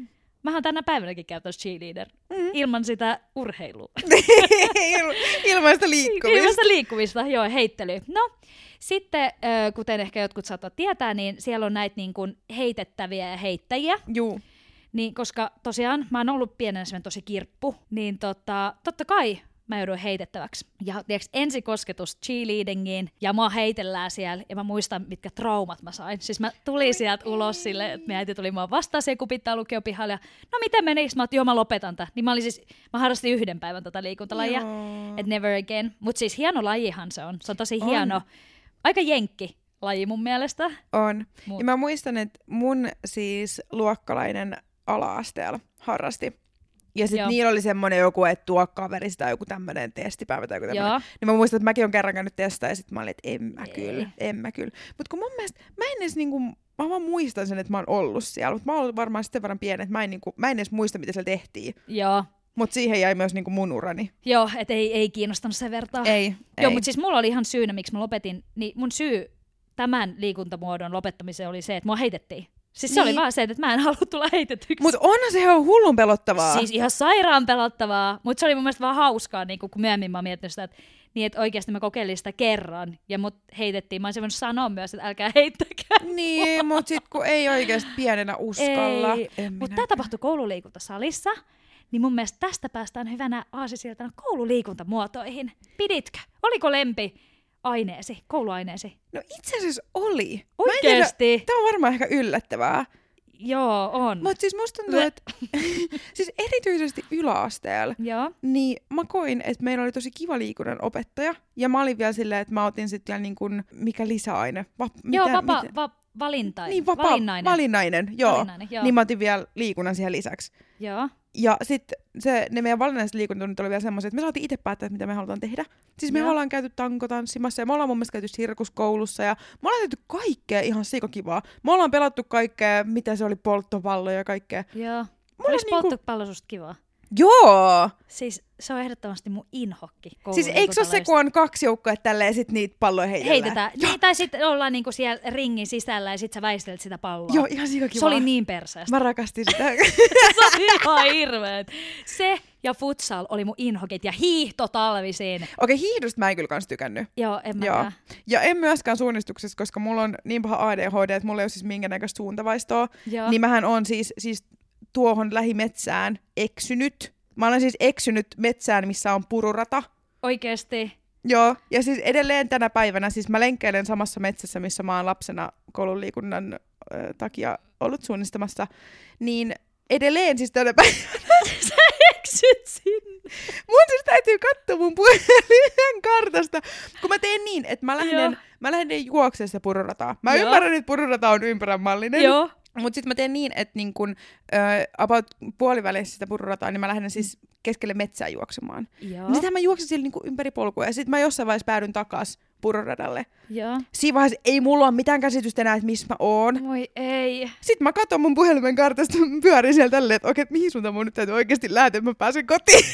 Mä oon tänä päivänäkin käytännössä cheerleader. Mm. Ilman sitä urheilua. Il- ilman sitä liikkumista. Ilman sitä liikkumista, joo, heittelyä. No, sitten, kuten ehkä jotkut saattavat tietää, niin siellä on näitä niin kuin heitettäviä ja heittäjiä. Juu. Niin, koska tosiaan mä oon ollut pienenä semmoinen tosi kirppu, niin tota, totta kai mä jouduin heitettäväksi. Ja tiiäks, ensikosketus cheerleadingiin, ja mua heitellään siellä, ja mä muistan, mitkä traumat mä sain. Siis mä tulin sieltä ulos silleen, että minä äiti tuli mua vastaan siihen, kun pitää lukea pihalle, ja no miten menikö? Mä oon, joo, mä lopetan tän. Niin mä olin siis, mä harrastin yhden päivän tätä liikuntalajia, että never again. Mut siis hieno lajihan se on. Se on tosi on. hieno. Aika jenkki laji mun mielestä. On. Mut. Ja mä muistan, että mun siis luokkalainen ala-asteella harrasti. Ja sitten niillä oli semmoinen joku, että tuo kaveri sitä joku tämmöinen testipäivä tai joku tämmöinen. Niin mä muistan, että mäkin on kerran käynyt testaa ja sitten mä olin, että en mä Ei. kyllä, en mä kyllä. Mutta kun mun mielestä, mä en edes niinku, mä vaan muistan sen, että mä oon ollut siellä. Mutta mä oon ollut varmaan sitten verran pieni, että mä en, niinku, mä en edes muista, mitä siellä tehtiin. Joo. Mutta siihen jäi myös niinku mun urani. Joo, et ei, ei kiinnostanut sen vertaa. Ei. Joo, mutta siis mulla oli ihan syynä, miksi mä lopetin. Niin mun syy tämän liikuntamuodon lopettamiseen oli se, että mua heitettiin. Siis niin. Se oli vaan se, että mä en halua tulla heitetyksi. Mutta onhan se ihan hullun pelottavaa. Siis ihan sairaan pelottavaa. Mutta se oli mun mielestä vaan hauskaa, niin kun myöhemmin mä oon miettinyt sitä, että, niin, että oikeasti mä kokeilin sitä kerran. Ja mut heitettiin. Mä olisin voinut sanoa myös, että älkää heittäkää. Niin, mutta sit kun ei oikeasti pienenä uskalla. Mutta tää tapahtui koululiikuntasalissa. Niin mun mielestä tästä päästään hyvänä aasisiltana koululiikuntamuotoihin. Piditkö? Oliko lempi aineesi, kouluaineesi? No itse asiassa oli. Oikeesti? Tämä on varmaan ehkä yllättävää. Joo, on. Mutta siis musta tuntuu, että siis erityisesti yläasteella, Joo. niin mä koin, että meillä oli tosi kiva liikunnan opettaja. Ja mä olin vielä silleen, että mä otin sitten vielä niin kuin, mikä lisäaine. Va- joo, mitä, vapa, mitä? Va- valintai. Niin, vapa- valinnainen. Valinnainen, joo. Valinnainen, joo. Niin mä otin vielä liikunnan siihen lisäksi. Joo. Ja sitten se, ne meidän valinnaiset liikuntatunnit oli vielä semmoiset, että me saatiin itse päättää, että mitä me halutaan tehdä. Siis me Joo. ollaan käyty tankotanssimassa ja me ollaan mun mielestä käyty sirkuskoulussa ja me ollaan tehty kaikkea ihan sikokivaa. Me ollaan pelattu kaikkea, mitä se oli, polttopalloja ja kaikkea. Joo. Olis niinku... polttopallo susta kivaa? Joo! Siis se on ehdottomasti mun inhokki. Siis eikö se ole se, kun on kaksi joukkoa tälleen sit niitä palloja heitellään? Heitetään. Niin, tai sitten ollaan niinku siellä ringin sisällä ja sit sä väistelet sitä palloa. Joo, ihan sikokivaa. Se oli niin perseestä. Mä rakastin sitä. Se oli ihan hirveet. Se ja futsal oli mun inhokit ja hiihto talvisin. Okei, hiihdosta mä en kyllä kans tykännyt. Joo, en mä Joo. Ja en myöskään suunnistuksessa, koska mulla on niin paha A D H D, että mulla ei ole siis minkäännäköistä suuntavaistoa. Joo. Niin mähän on siis, siis tuohon lähimetsään eksynyt. Mä olen siis eksynyt metsään, missä on pururata. Oikeesti? Joo, ja siis edelleen tänä päivänä, siis mä lenkkeilen samassa metsässä, missä mä oon lapsena koululiikunnan äh, takia ollut suunnistamassa, niin edelleen siis tänä päivänä sä eksyt sinne. Mun siis täytyy katsoa mun puhelimen kartasta, kun mä teen niin, että mä lähden, mä lähden juoksemaan sitä pururataa. Mä Joo. ymmärrän, että pururata on ympäränmallinen. Joo. Mutta sitten mä teen niin, että niin kun, uh, about puolivälissä sitä pururataa, niin mä lähden siis keskelle metsää juoksemaan. Niin sitähän mä juoksin siellä niin ympäri polkua ja sitten mä jossain vaiheessa päädyn takas pururadalle. Joo. Siinä vaiheessa ei mulla ole mitään käsitystä enää, että missä mä oon. Voi ei. Sitten mä katson mun puhelimen kartasta, pyörin siellä tälleen, että okei, että mihin suuntaan mun nyt täytyy oikeasti lähteä, että mä pääsen kotiin.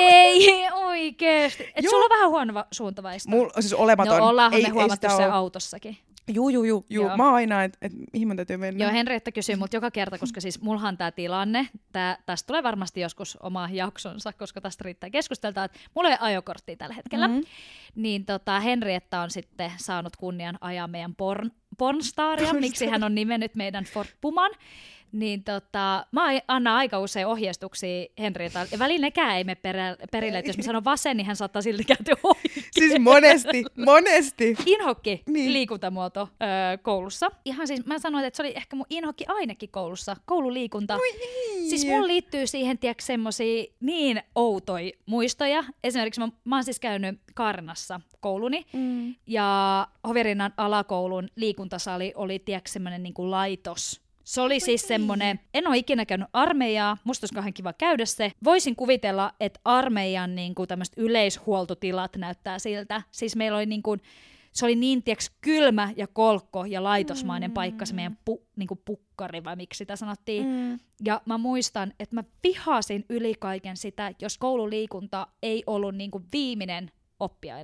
Ei, oikeesti. Et sulla on vähän huono va- suuntavaisto. Mulla on siis olematon. No ollaanhan ei, me huomattu se autossakin. Juu, juu, juu, juu. Mä oon aina, että et, mihin mun täytyy mennä. Joo, Henrietta kysyy mut joka kerta, koska siis mullahan tää tilanne, tää, tästä tulee varmasti joskus oma jaksonsa, koska tästä riittää keskusteltaa, että mulla ei ole ajokorttia tällä hetkellä. Mm-hmm. Niin tota, Henrietta on sitten saanut kunnian ajaa meidän porn, pornstaria, miksi hän on nimennyt meidän Ford Puman. Niin tota, mä annan aika usein ohjeistuksia Henrietalle, ja välillä nekään ei mene perille, että jos mä sanon vasen, niin hän saattaa silti kääntyä oikein. Siis monesti, monesti. Inhokki niin. liikuntamuoto öö, koulussa. Ihan siis mä sanoin, että se oli ehkä mun inhokki ainekin koulussa, koululiikunta. Ui. Siis mun liittyy siihen, tiedätkö, semmosia niin outoja muistoja. Esimerkiksi mä, mä oon siis käynyt Kaarenassa kouluni, mm. ja Hoverinnan alakoulun liikuntasali oli, tiedätkö, semmoinen niin kuin laitos. Se oli siis semmoinen, en ole ikinä käynyt armeijaa, musta olisi kauhean kiva käydä se. Voisin kuvitella, että armeijan niin kuin tämmöiset yleishuoltotilat näyttää siltä. Siis meillä oli niin kuin, se oli niin tiiäks, kylmä ja kolkko ja laitosmainen mm. paikka, se meidän pu, niin kuin pukkari, vai miksi sitä sanottiin. Mm. Ja mä muistan, että mä vihasin yli kaiken sitä, jos koululiikunta ei ollut niin kuin viimeinen oppiaine.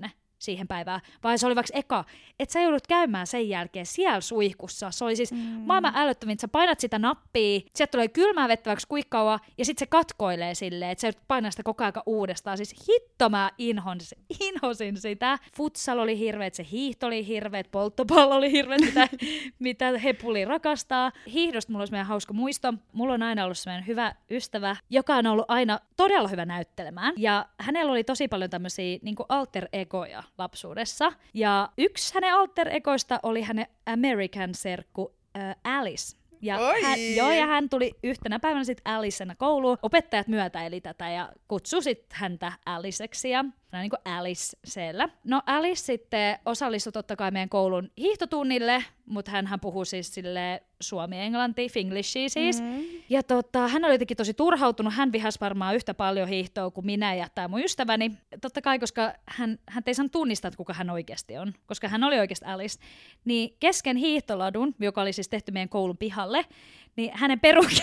siihen päivään, vai se oli vaikka eka, että sä joudut käymään sen jälkeen siellä suihkussa. Se oli siis mm. maailman älyttömin, että sä painat sitä nappia, sieltä tulee kylmää vettä vaikka kuinka kauan, ja sitten se katkoilee silleen, että sä joudut painaa sitä koko ajan uudestaan. Siis hitto mä inhosin, inhosin sitä. Futsal oli hirveet, se hiihto oli hirveet, polttopallo oli hirveet, mitä, mitä Hepuli rakastaa. Hiihdosta mulla olisi meidän hauska muisto. Mulla on aina ollut semmoinen hyvä ystävä, joka on ollut aina todella hyvä näyttelemään. Ja hänellä oli tosi paljon tämmöisiä niin kuin alter-egoja lapsuudessa. Ja yksi hänen alter-egoista oli hänen American-serkku äh, Alice. Ja hän, joo, ja hän tuli yhtenä päivänä sitten Alicena kouluun. Opettajat myötäili tätä ja kutsui sitten häntä Aliceksi ja niin kuin Alice siellä. No Alice sitten osallistui totta kai meidän koulun hiihtotunnille, mutta hänhän puhui siis silleen suomi-englanti, finglishia siis. Mm-hmm. Ja tota, hän oli jotenkin tosi turhautunut, hän vihasi varmaan yhtä paljon hiihtoa kuin minä ja tämä mun ystäväni. Totta kai, koska hän, hän ei saanut tunnistaa, kuka hän oikeasti on, koska hän oli oikeasti Alice. Niin kesken hiihtoladun, joka oli siis tehty meidän koulun pihalle, niin hänen perukki...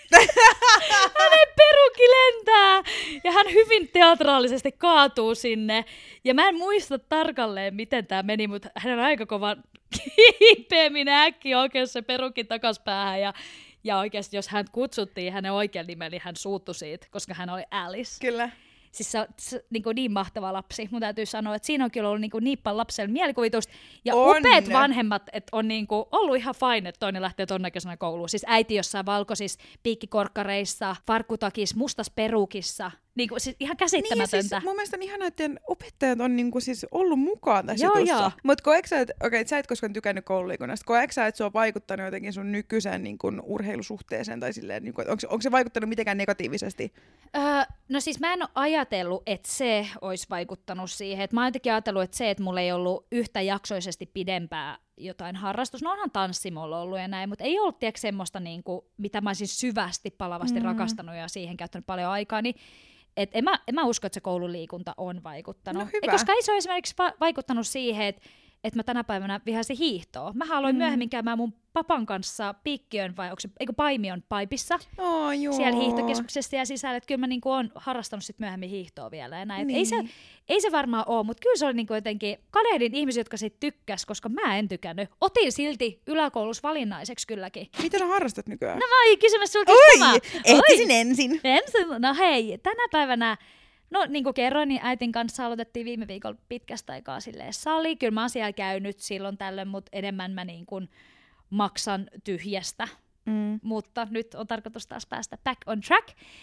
hänen perukki lentää ja hän hyvin teatraalisesti kaatuu sinne. Ja mä en muista tarkalleen, miten tämä meni, mutta hän on aika kova kiipeäminen äkkiä oikein se perukki takas päähän. Ja, ja oikeasti, jos hän kutsuttiin hänen oikean nimen, niin hän suuttui siitä, koska hän oli Alice. Kyllä. Siis se on niin, niin mahtava lapsi. Mun täytyy sanoa, että siinä on kyllä ollut niin, niin paljon lapsella mielikuvitusta. Ja on. Upeat vanhemmat, että on niin kuin ollut ihan fine, että toinen lähtee ton näköisenä kouluun. Siis äiti jossain valkoisissa piikkikorkkareissa, farkkutakissa, mustas perukissa. Niin kuin, siis ihan käsittämätöntä. Niin, siis mun mielestä on ihanaa, että opettajat on niin kuin, siis ollut mukaan tässä jutussa. Mutta koetko sä, että okay, sä et koskaan tykännyt koululiikunnasta, koetko sä, että se on vaikuttanut jotenkin sun nykyiseen niin kuin, urheilusuhteeseen, tai silleen, niin kuin, onko, onko se vaikuttanut mitenkään negatiivisesti? Öö, no siis mä en ole ajatellut, että se olisi vaikuttanut siihen. Et mä oon jotenkin ajatellut, että se, että mulla ei ollut yhtäjaksoisesti pidempää jotain harrastus. No onhan tanssi mulla ollut ja näin, mutta ei ollut tiedätkö, semmoista, niin kuin, mitä mä olisin syvästi, palavasti mm. rakastanut ja siihen käyttänyt paljon aikaa, niin et en, mä, en mä usko, että se koululiikunta on vaikuttanut. No hyvä. Koska ei se ole esimerkiksi va- vaikuttanut siihen, että et mä tänä päivänä vihasin hiihtoa. Mä aloin mm. myöhemmin käymään mun papan kanssa Piikkiön vai onko se, eikö Paimion Paipissa. Oh, joo. Siellä hiihtokeskuksessa ja sisällä, että kyllä mä niinku oon harrastanut sit myöhemmin hiihtoa vielä. Ja näin. Niin. Ei, se, ei se varmaan ole, mutta kyllä se oli niinku jotenkin, kadehdin ihmisiä, jotka siitä tykkäs, koska mä en tykännyt. Otin silti yläkoulussa valinnaiseksi kylläkin. Mitä sä harrastat nykyään? No mä oon kysymässä sulta samaa. Ehtisin ensin. Ensin. No hei, tänä päivänä no niin kuin kerroin, niin äitin kanssa aloitettiin viime viikolla pitkästä aikaa silleen sali. Kyllä mä oon siellä käynyt silloin tällöin, mutta enemmän mä niin kuin maksan tyhjästä. Mm. Mutta nyt on tarkoitus taas päästä back on track.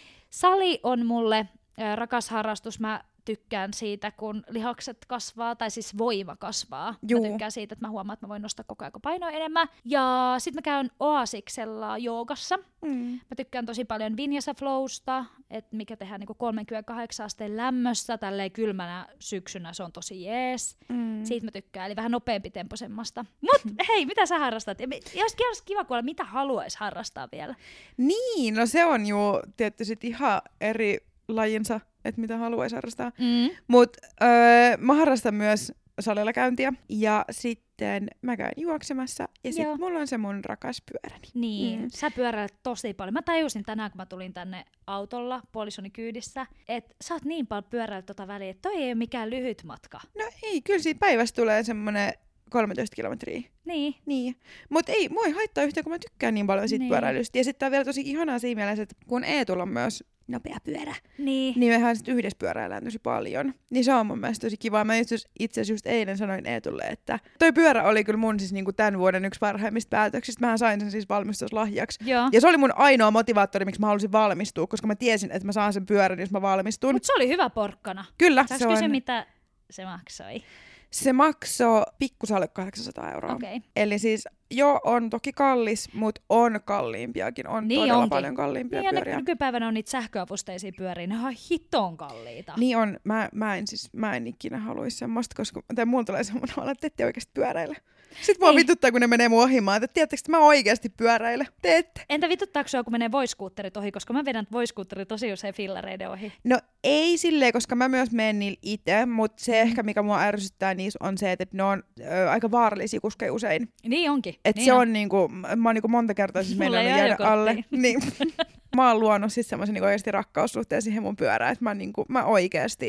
Sali on mulle äh, rakas harrastus. Mä tykkään siitä, kun lihakset kasvaa, tai siis voima kasvaa. Juu. Mä tykkään siitä, että mä huomaan, että mä voin nostaa koko ajan painoa enemmän. Ja sit mä käyn Oasiksella joogassa. Mm. Mä tykkään tosi paljon Vinyasa Flowsta, että mikä tehdään niinku kolmekymmentäkahdeksan asteen lämmössä, tälleen kylmänä syksynä, se on tosi jees. Mm. Siitä mä tykkään, eli vähän nopeampi temposemmasta. Mut hei, mitä sä harrastat? Olisi kiva kuulla, mitä haluaisi harrastaa vielä. Niin, no se on ju tietysti sit ihan eri lajinsa, että mitä haluaisi harrastaa. Mm. Mutta öö, mä harrastan myös salilla käyntiä ja sitten mä käyn juoksemassa ja sitten mulla on se mun rakas pyöräni. Niin, mm. sä pyöräilet tosi paljon. Mä tajusin tänään, kun mä tulin tänne autolla puolisoni kyydissä, että sä oot niin paljon pyöräillyt tota väliä, että toi ei ole mikään lyhyt matka. No ei, kyllä siitä päivästä tulee semmonen kolmetoista kilometriä. Niin. niin. Mutta ei, mua ei haittaa yhtään, kun mä tykkään niin paljon siitä niin. pyöräilystä. Ja sitten on vielä tosi ihanaa siinä mielessä, että kun Eetulla on myös nopea pyörä, niin, niin mehän sitten yhdessä pyöräillään tosi paljon. Niin se on mun mielestä tosi kivaa. Mä itse asiassa just eilen sanoin Eetulle, että toi pyörä oli kyllä mun siis niinku tämän vuoden yksi parhaimmista päätöksistä. Mähän sain sen siis valmistuslahjaksi. Joo. Ja se oli mun ainoa motivaattori, miksi mä halusin valmistua, koska mä tiesin, että mä saan sen pyörän, jos mä valmistun. Mut se oli hyvä porkkana. Kyllä. Saanko se on... kysyä, mitä se maksoi? Se maksoi pikkusalle kahdeksansataa euroa. Okay. Eli siis joo, on toki kallis, mutta on kalliimpiakin. On niin todella onkin. paljon kalliimpia niin pyöriä. Ja nykypäivänä on niitä sähköavusteisia pyöriä, ne on ihan hiton kalliita. Niin on. Mä, mä, en, siis, mä en ikinä haluaisi semmoista, koska mulla tulee semmoinen olo, että te ette oikeasti pyöräile. Sitten mua vituttaa, kun ne menee mun ohimaan, että tiedättekö, että mä oikeasti pyöräile. Te ette. Entä vituttaako sua, kun menee voiskuutterit ohi, koska mä vedän voiskuutterit tosi usein fillareiden ohi? No ei silleen, koska mä myös menen niillä itse, mutta se ehkä, mikä mua ärsyttää niissä on se, että ne on ö, aika vaarallisia kuskeja usein. Niin onkin. Että niin se on, on niinku, mä oon niinku monta kertaa siis mennyt jäädä alle. Niin. Mä oon luonut siis semmoisen niinku oikeasti rakkaussuhteen siihen mun pyörään, että mä, niinku, mä oikeasti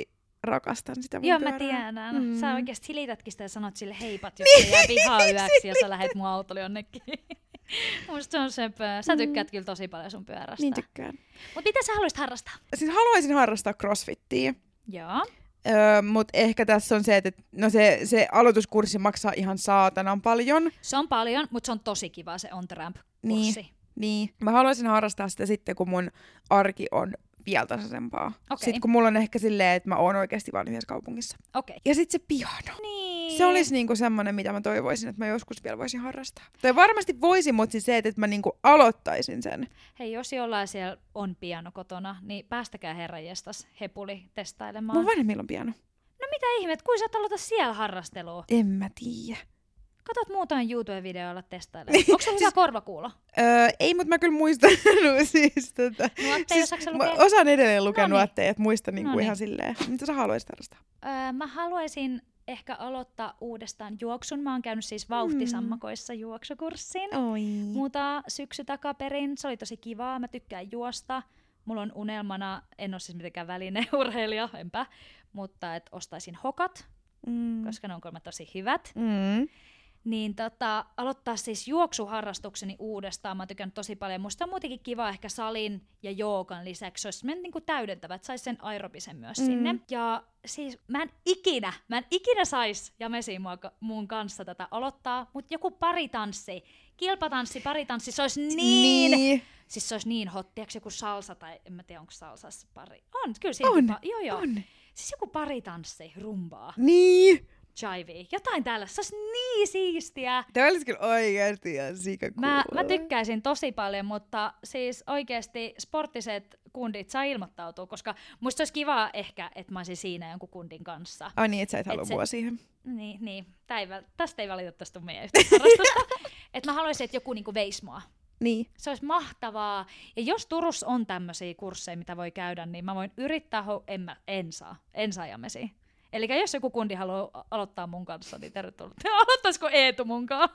rakastan sitä mun Joo, pyörää. mä tiedän. Mm. Sä oikeesti hilitätkin sitä ja sanot sille heipat, jos se jää pihaan yöksi ja sä lähet mun autolle jonnekin. Musta se on söpöä. Sä tykkäät mm. kyllä tosi paljon sun pyörästä. Niin tykkään. Mut mitä sä haluaisit harrastaa? Siis haluaisin harrastaa crossfittiä. Joo. Öö, mut ehkä tässä on se, että no se, se aloituskurssi maksaa ihan saatanan paljon. Se on paljon, mutta se on tosi kiva se on tramp kurssi. Niin, niin. Mä haluaisin harrastaa sitä sitten, kun mun arki on vielä tasaisempaa. Okay. Sitten kun mulla on ehkä silleen, että mä oon oikeasti vaan yhdessä kaupungissa. Okay. Ja sitten se piano. Niin. Se olisi niinku semmoinen, mitä mä toivoisin, että mä joskus vielä voisin harrastaa. Tai varmasti voisin, mutta siis se, että mä niinku aloittaisin sen. Hei, jos jollain siellä on piano kotona, niin päästäkää herranjestas hepuli testailemaan. Mun vanhemmilla on piano. No mitä ihmet, kuin sä et aloita siellä harrastelua? En mä tiedä. Katot muutoin YouTube-videoilla testailemaan. Onko sulla hyvä korvakuulo? Öö, ei, mutta mä kyllä muistan siis tota... Nuotteja, siis, osaatko mä lukea? osaan edelleen lukea Noniin. nuotteja, että muistan niinku Noniin. ihan silleen. Mitä sä haluaisit harrastaa? Öö, mä haluaisin ehkä aloittaa uudestaan juoksun. Mä oon käynyt siis vauhtisammakoissa juoksukurssin. Oi. Muuta syksy takaperin. Se oli tosi kivaa. Mä tykkään juosta. Mulla on unelmana, en ole siis mitenkään välineurheilija, enpä, mutta et ostaisin hokat, Mm. koska ne on kolme tosi hyvät. Mm. Niin tota, aloittaa siis juoksuharrastukseni uudestaan. Mä oon tykännyt tosi paljon. Musta on muutenkin kiva ehkä salin ja joogan lisäksi. Se olisi niinku täydentävä, että sais sen aerobisen myös mm. sinne. Ja siis mä en ikinä, mä en ikinä sais Jamesi mun kanssa tätä aloittaa, mutta joku paritanssi, kilpatanssi, paritanssi, se olisi niin... niin. Siis se olisi niin hot, tiedätkö joku salsa tai en mä tiedä onko salsassa pari. On, kyllä siinä On, pa- joo, joo. on. Siis joku paritanssi, rumbaa, Niin. jivey, jotain tällä. Se olisi niin siistiä. Tämä olisi kyllä oikeasti ihan sikakuulla. Mä, mä tykkäisin tosi paljon, mutta siis oikeasti sporttiset kundit saa ilmoittautua, koska musta olisi kivaa ehkä, että mä olisin siinä jonkun kundin kanssa. Ai niin, että sä et halua Et se- mua siihen. Niin, niin. Tää ei, väl- tästä ei valitettavasti tule meidän yhteisharrastusta. Että mä haluaisin, että joku niinku veisi mua. Niin. Se olisi mahtavaa. Ja jos Turussa on tämmöisiä kursseja, mitä voi käydä, niin mä voin yrittää, ho- en, mä, en saa, en saa Jamesi. Eli jos joku kundi haluaa aloittaa mun kanssa, niin tervetuloa. Aloittaisiko Eetu munkaan?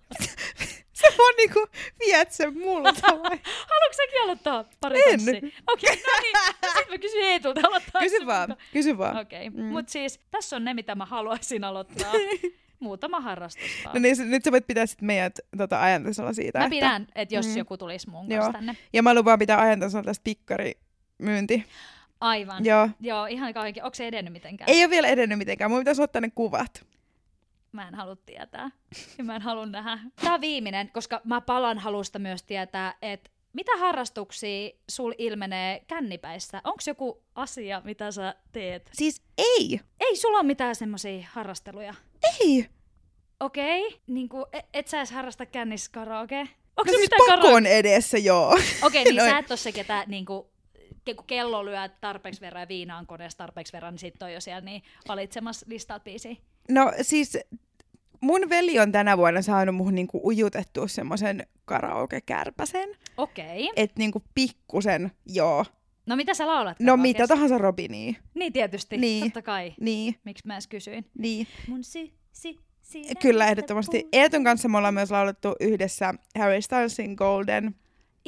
Sä vaan niinku viet sen multa vai? Haluatko säkin aloittaa pari En. tanssia? Okei, okay, no niin. Sitten mä kysyn Eetulta, aloittaa Kysy vaan, kysy vaan. Okei, okay. Mm. Mut siis tässä on ne, mitä mä haluaisin aloittaa. Muutama harrastusta. No niin, s- nyt sä voit pitää sit meidät tota, ajantasalla siitä. Mä että... pidän, että jos Mm. joku tulisi mun Joo. kanssa tänne. Ja mä lupaan pitää ajantasalla tästä pikkarimyynti. Aivan. Joo. Joo, ihan kaikki. Onko se edennyt mitenkään? Ei ole vielä edennyt mitenkään. Mun pitäisi ottaa ne kuvat. Mä en halua tietää. Ja mä en halua nähdä. Tää on viimeinen, koska mä palan halusta myös tietää, että mitä harrastuksia sul ilmenee kännipäissä? Onko joku asia, mitä sä teet? Siis ei. Ei sulla ole mitään semmosia harrasteluja. Ei. Okei, okay. niin et, et sä edes harrasta kännissä karaoke? Onko No se siis mitään karaoke? pakon edessä, joo. Okei, niin Noin. sä et oo se, ketä niinku, ke- kun kello lyö tarpeeksi verran ja viina on koneessa tarpeeksi verran, niin sit on jo siellä niin valitsemassa listat biisiä. No siis mun veli on tänä vuonna saanut muhun niinku ujutettua semmoisen karaoke-kärpäsen. Okei. Et niinku pikkusen, joo. No mitä sä laulat? No karaokeessa? mitä tahansa Robinia. Niin tietysti, Niin. totta kai. Niin, Miksi mä edes kysyin? niin. Mun sy, sy, sydämestä Kyllä, ehdottomasti. puu- Eetun kanssa me ollaan myös laulettu yhdessä Harry Stylesin Golden.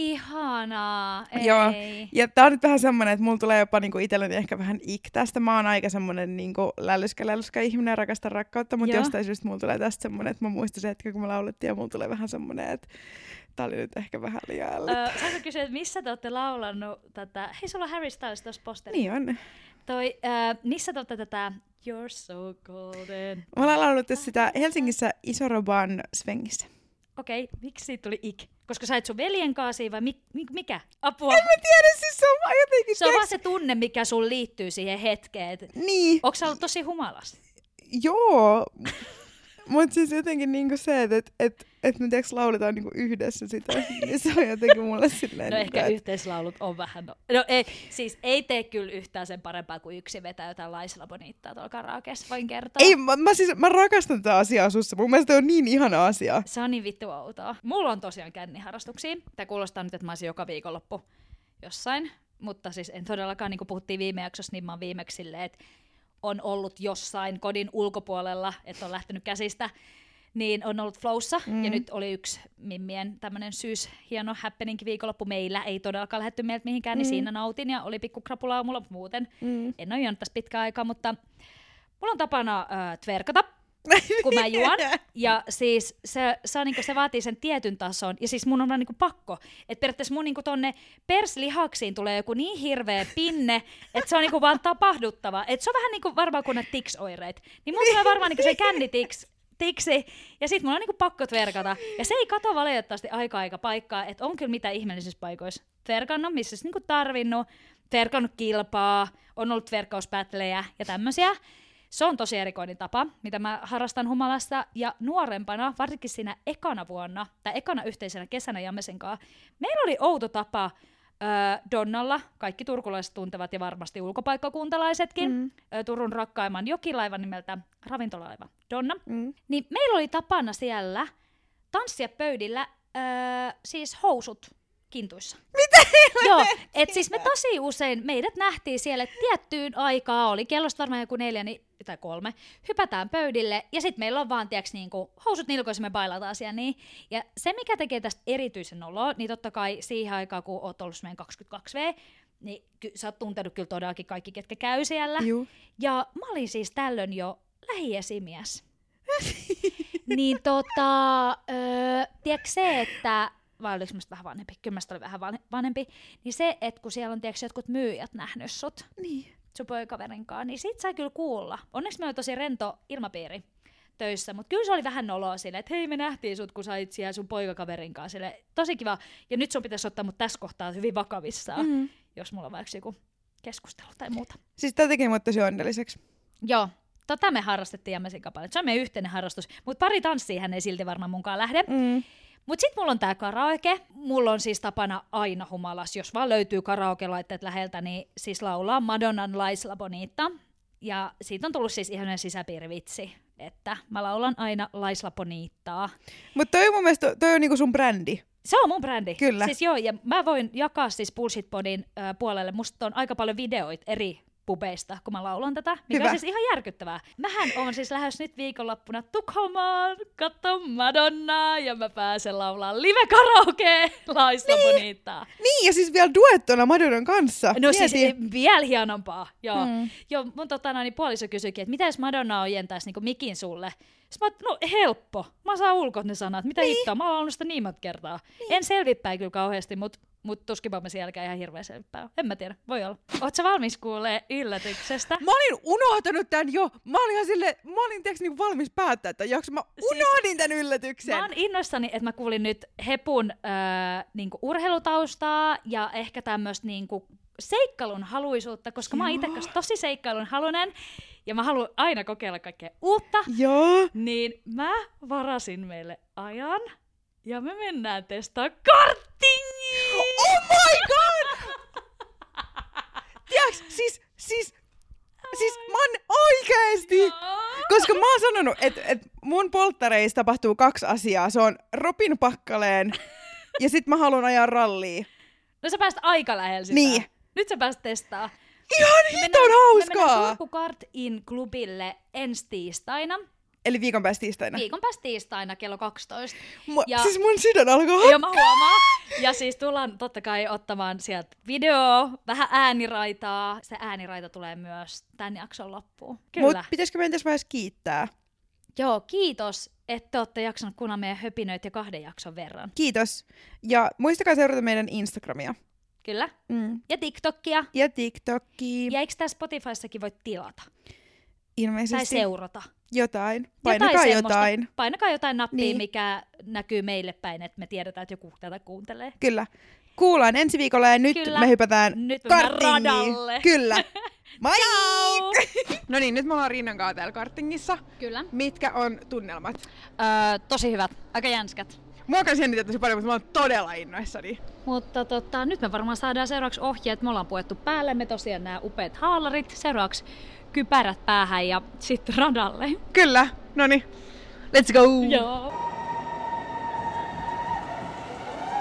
Ihanaa, ei. Joo. Ja tää on nyt vähän semmonen, että mulla tulee jopa niinku itselleni ehkä vähän ik tästä. Mä oon aika semmonen niinku lällyskä lällyskä ihminen ja rakastan rakkautta, mutta Joo. jostain syystä mulla tulee tästä semmonen, että mä muistan se hetki, kun me laulettiin ja mulla tulee vähän semmonen, että tää oli nyt ehkä vähän liian ällöttävää. Öö, saanko kysyä, että missä te olette laulannut tätä? Hei, sulla on Harry Styles tuossa posterissa. Niin on. Toi, öö, missä te olette tätä You're so golden? Me ollaan laulettu sitä Helsingissä Isoroban Svengissä. Okei, okay, miksi siitä tuli ik? Koska sä et sun veljen kanssa vai mi- mi- mikä? Apua. En mä tiedä, siis se on vaan jotenkin... Se on tiiäks- vaan se tunne, mikä sun liittyy siihen hetkeen. Et Niin, onko sä ollut tosi humalas? joo. Mutta siis jotenkin niinku se, että et, et, et me tiiäks lauletaan niinku yhdessä sitä, niin se on jotenkin mulle silleen... No niinku, ehkä et- yhteislaulut on vähän... No, no ei, siis ei tee kyllä yhtään sen parempaa kuin yksi vetää jotain Laisla Bonittaa tuolla karaokeessa, voin kertoa. Ei, mä, mä, siis, mä rakastan tätä asiaa sussa. Mun mielestä on niin ihana asia. Se on niin vittu outoa. Mulla on tosiaan känniharrastuksia. Tää kuulostaa nyt, että mä olisin joka viikonloppu jossain. Mutta siis en todellakaan, niin kuin puhuttiin viime jaksossa, niin mä oon viimeksi silleen, että on ollut jossain kodin ulkopuolella, että on lähtenyt käsistä. niin on ollut flowssa, mm. ja nyt oli yksi Mimmien tämmönen syys hieno happening viikonloppu meillä, ei todellakaan lähdetty meiltä mihinkään, mm. niin siinä nautin, ja oli pikku krapula aamulla, muuten mm. en ole juonut tässä pitkään aikaa, mutta mulla on tapana äh, tverkata, kun mä juon, ja siis se, se, niinku, se vaatii sen tietyn tason, ja siis mun on vaan niinku pakko, että periaatteessa mun niinku tonne perslihaksiin tulee joku niin hirveä pinne, että se on niinku vaan tapahduttava, että se on vähän niinku varmaan kuin ne tiksoireet, niin mun tulee varmaan niinku se kännitiks, tiksi, ja sit mun on niinku pakko tverkata, ja se ei kato valitettavasti aika aika paikkaa, että on kyllä mitä ihmeellisissä paikoissa tverkannut, missä se niinku tarvinnut, tverkannut kilpaa, on ollut tverkkauspätlejä ja tämmösiä. Se on tosi erikoinen tapa, mitä mä harrastan humalassa, ja nuorempana, varsinkin siinä ekana vuonna, tai ekana yhteisenä kesänä Jammesen kanssa, meillä oli outo tapa äh, Donnalla, kaikki turkulaiset tuntevat ja varmasti ulkopaikkakuntalaisetkin, mm. äh, Turun rakkaimman jokilaivan nimeltä ravintolaiva Donna, mm. niin meillä oli tapana siellä tanssia pöydillä äh, siis housut kintuissa. Mitä? Joo, et siis me tosi usein, meidät nähtiin siellä tiettyyn aikaa, oli kellosta varmaan joku neljä niin, tai kolme, hypätään pöydille, ja sitten meillä on vaan, tiiäks, niinku, housut nilkoissa, me bailataan siellä niin. Ja se, mikä tekee tästä erityisen oloa, niin totta kai siihen aikaan, kun oot ollut meidän kaksikymmentäkaksi vuotta, niin ky- sä oot tuntenut kyllä todellakin kaikki, ketkä käy siellä. Juh. Ja mä olin siis tällöin jo lähiesimies. niin tota, öö, tiedätkö se, että vai oliko musta vähän vanhempi, kyllä musta oli vähän vanhempi, niin se, että kun siellä on tiiäks, jotkut myyjät nähnyt sut, niin. sun poikaverinkaan, niin sit saa kyllä kuulla. Onneksi me oli tosi rento ilmapiiri töissä, mutta kyllä se oli vähän noloa silleen, että hei me nähtiin sut, kun sait siellä sun poikakaverinkaan, silleen, tosi kiva, ja nyt sun pitäisi ottaa mut tässä kohtaa hyvin vakavissaan, mm-hmm. jos mulla on vaikka joku keskustelu tai muuta. Siis tää teki mut tosi onnelliseksi. Joo. Tota me harrastettiin Jammesin kapalle. Se on meidän yhteinen harrastus, mutta pari tanssia hän ei silti varmaan munkaan lähde. Mm. Mut sit mulla on tää karaoke. Mulla on siis tapana aina humalas, jos vaan löytyy karaoke-laitteet läheltä, niin siis laulaa Madonnan La Isla Bonita. Ja siitä on tullut siis ihan sisäpiirivitsi, että mä laulan aina La Isla Bonitaa. Mutta toi on mun mielestä, toi on niinku sun brändi. Se on mun brändi. Kyllä. Siis joo, ja mä voin jakaa siis Bullshit Podin äh, puolelle. Musta on aika paljon videoita eri pubeista, kun mä laulan tätä, mikä Hyvä. on siis ihan järkyttävää. Mähän on siis lähes nyt viikonloppuna Tukholmaan, katso Madonnaa, ja mä pääsen laulaa live-karaokea La Isla niin. Bonitaa. Niin, ja siis vielä duettona Madonnan kanssa. No Mieti. siis vielä hienompaa, joo. Hmm. Joo, mun tota, no, niin puoliso kysyikin, että mitä jos Madonna ojentaisi niin mikin sulle? Sitten mä no helppo, mä saan ulkoa ne sanat, mitä niin. hittoa, mä oon laulanut sitä niin monta kertaa. Niin. En selvittää kyllä kauheasti, mutta Mut tuskinpa mä sielläkään ihan hirveä selvittää. En mä tiedä, voi olla. Oot sä valmis kuulee yllätyksestä? Mä olin unohtanut tän jo. Mä olin ihan silleen, mä olin tiiäks, niinku valmis päättää tämän jakson. Mä unohdin siis, tän yllätyksen. Mä oon innoissani, että mä kuulin nyt Hepun äh, niinku urheilutaustaa ja ehkä tämmöstä niinku seikkailun haluisuutta, koska Joo. mä oon itse tosi seikkailun halunen ja mä haluan aina kokeilla kaikkea uutta. Joo. Niin mä varasin meille ajan. Ja me mennään testaa karttingia! Oh my god! Tiedätkö, siis, siis, siis mä oon oikeesti! Koska mä oon sanonut, että et mun polttareissa tapahtuu kaksi asiaa. Se on Robin Pakkaleen ja sit mä haluan ajaa rallia. No sä pääst aika lähellä sitä. Niin. Nyt sä pääst testaa. Ihan hiton hauskaa! Me mennään Turku Kart-in klubille ensi tiistaina. Eli viikon päästä tiistaina? Viikon päästä tiistaina kello kaksitoista. Mu- ja, siis mun sydän alkaa hakkaa. Joo, mä huomaan. Ja siis tullaan totta kai ottamaan sieltä videoa, vähän ääniraitaa. Se ääniraita tulee myös tämän jakson loppuun. Kyllä. Mut pitäisikö meidän tässä vaiheessa kiittää? Joo, kiitos, että olette jaksanut kuunnella meidän höpinöitä jo kahden jakson verran. Kiitos. Ja muistakaa seurata meidän Instagramia. Kyllä. Mm. Ja TikTokia. Ja TikTokia. Ja eikö tää Spotifyssakin voi tilata? Ilmeisesti. Tai seurata. Jotain. Painakaa jotain. jotain. Painakaa jotain nappia, niin. mikä näkyy meille päin, että me tiedetään, että joku tätä kuuntelee. Kyllä. Kuullaan ensi viikolla ja nyt Kyllä. me hypätään nyt radalle. Kyllä. Moi! No niin, nyt me ollaan Rinnan kanssa täällä kartingissa. Kyllä. Mitkä on tunnelmat? Öö, tosi hyvät. Aika jänskät. Mua kanssa jännittää tosi paljon, mutta mä oon todella innoissani. Mutta tota, nyt me varmaan saadaan seuraavaksi ohjeet. Me ollaan puettu päälle me tosiaan nämä upeat haalarit. Seuraavaksi kypärät päähän ja sitten radalle. Kyllä, noni. Let's go! Joo.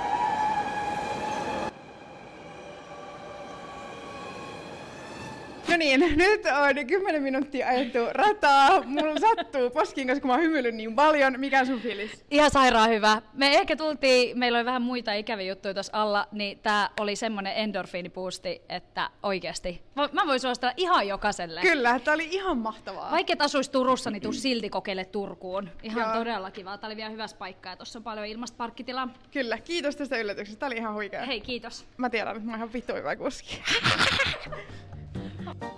No No niin, nyt on kymmenen minuuttia ajettu rataa. Mulla sattuu poskiin, koska mä oon hymyillyt niin paljon. Mikä on sun fiilis? Ihan sairaan hyvä. Me ehkä tultiin, meillä oli vähän muita ikäviä juttuja tuossa alla, niin tää oli semmonen endorfiinipuusti, että oikeesti. Mä voin suositella ihan jokaiselle. Kyllä, tää oli ihan mahtavaa. Vaikka et asuis Turussa, niin tuu silti kokeile Turkuun. Ihan Joo. todella kiva. Tää oli vielä hyvässä paikkaa ja tossa on paljon ilmasta parkkitilaa. Kyllä, kiitos tästä yllätyksestä. Tää oli ihan huikea. Hei, kiitos. Mä tiedän, että mä oon ihan vittu hyvä kuski.